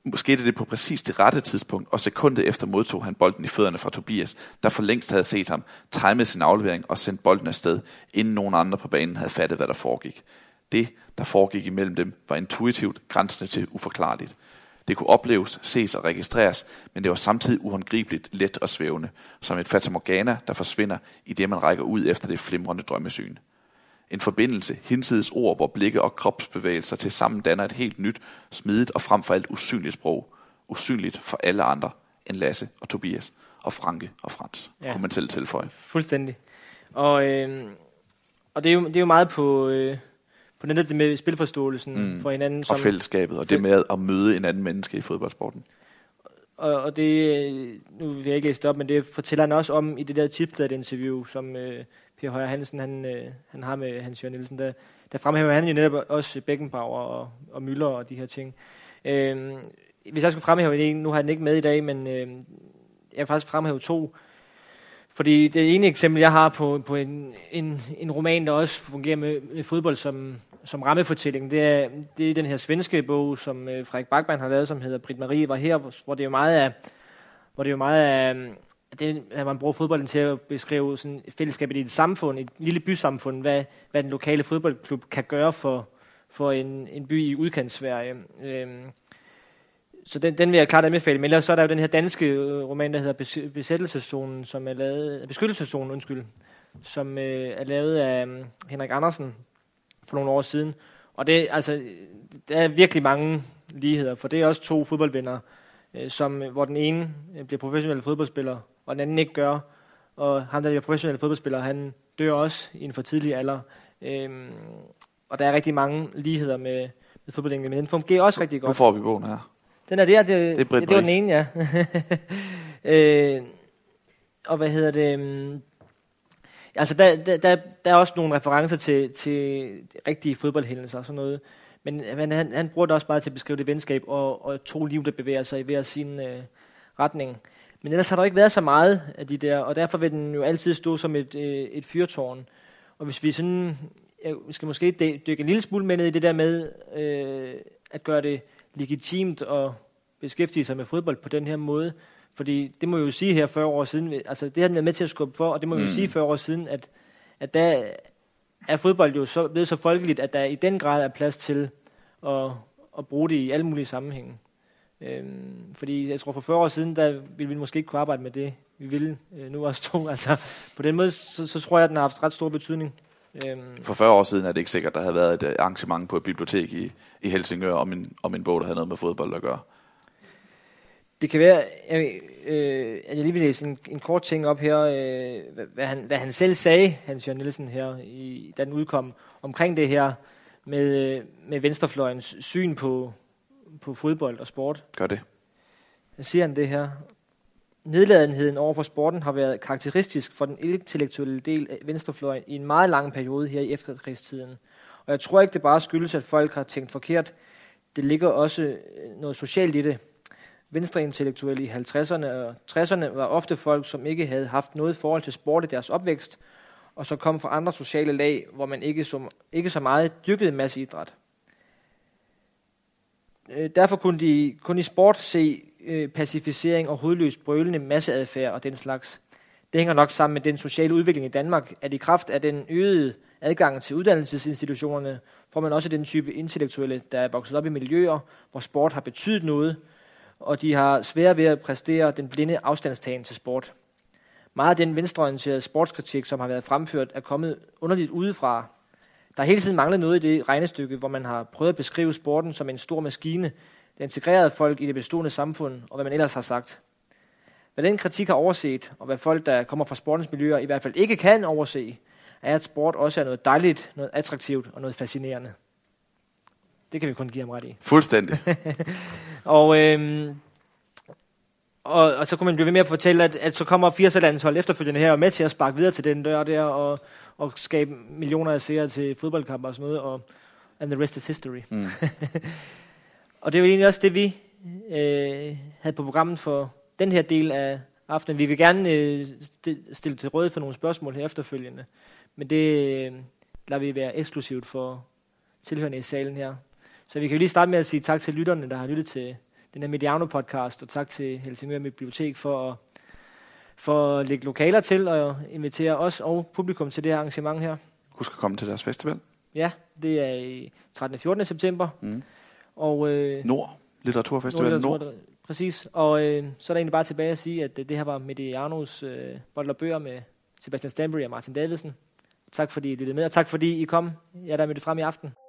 skete det på præcis det rette tidspunkt, og sekundet efter modtog han bolden i fødderne fra Tobias, der for længst havde set ham, timet sin aflevering og sendt bolden afsted, inden nogen andre på banen havde fattet, hvad der foregik. Det, der foregik imellem dem, var intuitivt grænsende til uforklarligt. Det kunne opleves, ses og registreres, men det var samtidig uhåndgribeligt, let og svævende, som et fatamorgana, der forsvinder, i det man rækker ud efter det flimrende drømmesyn. En forbindelse, hinsides ord, hvor blikke og kropsbevægelser til sammen danner et helt nyt, smidigt og frem for alt usynligt sprog. Usynligt for alle andre end Lasse og Tobias og Franke og Frans, ja. Kunne man selv tilføje. Fuldstændig. Og, øh, og det, er jo, det er jo meget på, øh, på netop det med spilforståelsen mm. for hinanden. Som og fællesskabet, og det med at møde en anden menneske i fodboldsporten. Og, og det, nu vil jeg ikke læse det op, men det fortæller han også om i det der Tipsbladet-interview, som øh, Per Højer Hansen han, øh, han har med Hans Jørgen Nielsen. Der, der fremhæver han jo netop også Beckenbauer og, og Müller og de her ting. Øh, hvis jeg skulle fremhæve en, nu har jeg den ikke med i dag, men øh, jeg vil faktisk fremhæve to. Fordi det ene eksempel, jeg har på, på en, en, en roman, der også fungerer med, med fodbold som, som rammefortælling, det er, det er den her svenske bog, som øh, Frederik Backman har lavet, som hedder Britt Marie var her, hvor det er jo meget af, hvor det er jo meget af, det, at man bruger fodbolden til at beskrive sådan fællesskabet i et samfund, et lille bysamfund, hvad, hvad den lokale fodboldklub kan gøre for, for en, en by i udkants-Sverige. Øhm, Så den, den vil jeg klart anbefale. Men ellers så er der jo den her danske øh, roman, der hedder Besættelseszonen, som er lavet, Beskyttelseszonen, undskyld, som øh, er lavet af um, Henrik Andersen for nogle år siden. Og det, altså, der er virkelig mange ligheder, for det er også to fodboldvenner, øh, som, hvor den ene øh, bliver professionel fodboldspiller, og den anden ikke gør. Og ham, der bliver professionel fodboldspiller, han dør også i en for tidlig alder. Øhm, og der er rigtig mange ligheder med, med fodboldingen, men den fungerer også rigtig godt. Nu får vi bogen her. Den er der, det, det, det, det, det var den ene, ja. øh, og hvad hedder det? Um, altså, der, der, der, der er også nogle referencer til, til rigtige fodboldhændelser og sådan noget. Men, men han, han bruger det også bare til at beskrive det venskab og, og to liv, der bevæger sig i hver sin øh, retning. Men ellers har der ikke været så meget af de der, og derfor vil den jo altid stå som et, øh, et fyrtårn. Og hvis vi sådan, ja, vi skal måske dykke en lille smule med ned i det der med øh, at gøre det legitimt at beskæftige sig med fodbold på den her måde. Fordi det må jeg jo sige her fyrre år siden, altså det har den været med til at skubbe for, og det må jeg mm. jo sige fyrre år siden, at, at der er fodbold jo så, blevet så folkeligt, at der i den grad er plads til at, at bruge det i alle mulige sammenhænge. Øhm, fordi jeg tror for fyrre år siden, der ville vi måske ikke kunne arbejde med det, vi ville øh, nu også to. Altså på den måde, så, så tror jeg, at den har haft ret stor betydning. For fyrre år siden er det ikke sikkert, der havde været et arrangement på et bibliotek i, i Helsingør om en, om en bog, der havde noget med fodbold at gøre. Det kan være, jeg, øh, at jeg lige vil læse en, en kort ting op her, øh, hvad, hvad, han, hvad han selv sagde, Hans Jørgen Nielsen her, i, da den udkom, omkring det her med, med venstrefløjens syn på, på fodbold og sport. Gør det. Så siger han det her. Nedladenheden over for sporten har været karakteristisk for den intellektuelle del af venstrefløjen i en meget lang periode her i efterkrigstiden. Og jeg tror ikke, det bare skyldes, at folk har tænkt forkert. Det ligger også noget socialt i det. Venstreintellektuelle i halvtredserne og tresserne var ofte folk, som ikke havde haft noget forhold til sport i deres opvækst, og så kom fra andre sociale lag, hvor man ikke så, ikke så meget dyrkede masseidræt. Derfor kunne de kun i sport se øh, pacificering og hovedløst brølende masseadfærd og den slags. Det hænger nok sammen med den sociale udvikling i Danmark, at i kraft af den øgede adgang til uddannelsesinstitutionerne, får man også den type intellektuelle, der er vokset op i miljøer, hvor sport har betydet noget, og de har svært ved at præstere den blinde afstandstagen til sport. Meget af den venstreorienterede sportskritik, som har været fremført, er kommet underligt udefra. Der har hele tiden manglet noget i det regnestykke, hvor man har prøvet at beskrive sporten som en stor maskine, der integrerede folk i det bestående samfund, og hvad man ellers har sagt. Hvad den kritik har overset, og hvad folk, der kommer fra sportens miljøer, i hvert fald ikke kan overse, er, at sport også er noget dejligt, noget attraktivt og noget fascinerende. Det kan vi kun give ham ret i. Fuldstændig. og, øhm, og, og så kunne man blive ved med at fortælle, at, at så kommer firserne-landshold efterfølgende her og med til at sparke videre til den dør der, og, og skabe millioner af seere til fodboldkampe og sådan noget, og and the rest is history. Mm. Og det er jo egentlig også det, vi øh, havde på programmet for den her del af aftenen. Vi vil gerne øh, stille til råd for nogle spørgsmål her efterfølgende, men det øh, lader vi være eksklusivt for tilhørende i salen her. Så vi kan jo lige starte med at sige tak til lytterne, der har lyttet til den her Mediano-podcast, og tak til Helsingør Bibliotek for at, for at lægge lokaler til og invitere os og publikum til det her arrangement her. Husk at komme til deres festival. Ja, det er i trettende og fjortende september. Mm. Og, øh, Nord, Litteraturfestivalen Nord. Nord. Præcis, og øh, så er der egentlig bare tilbage at sige, at det her var Medianos øh, bold og bøger med Sebastian Stanbury og Martin Davidsen. Tak fordi I lyttede med, og tak fordi I kom. Jeg er der mødte frem i aften.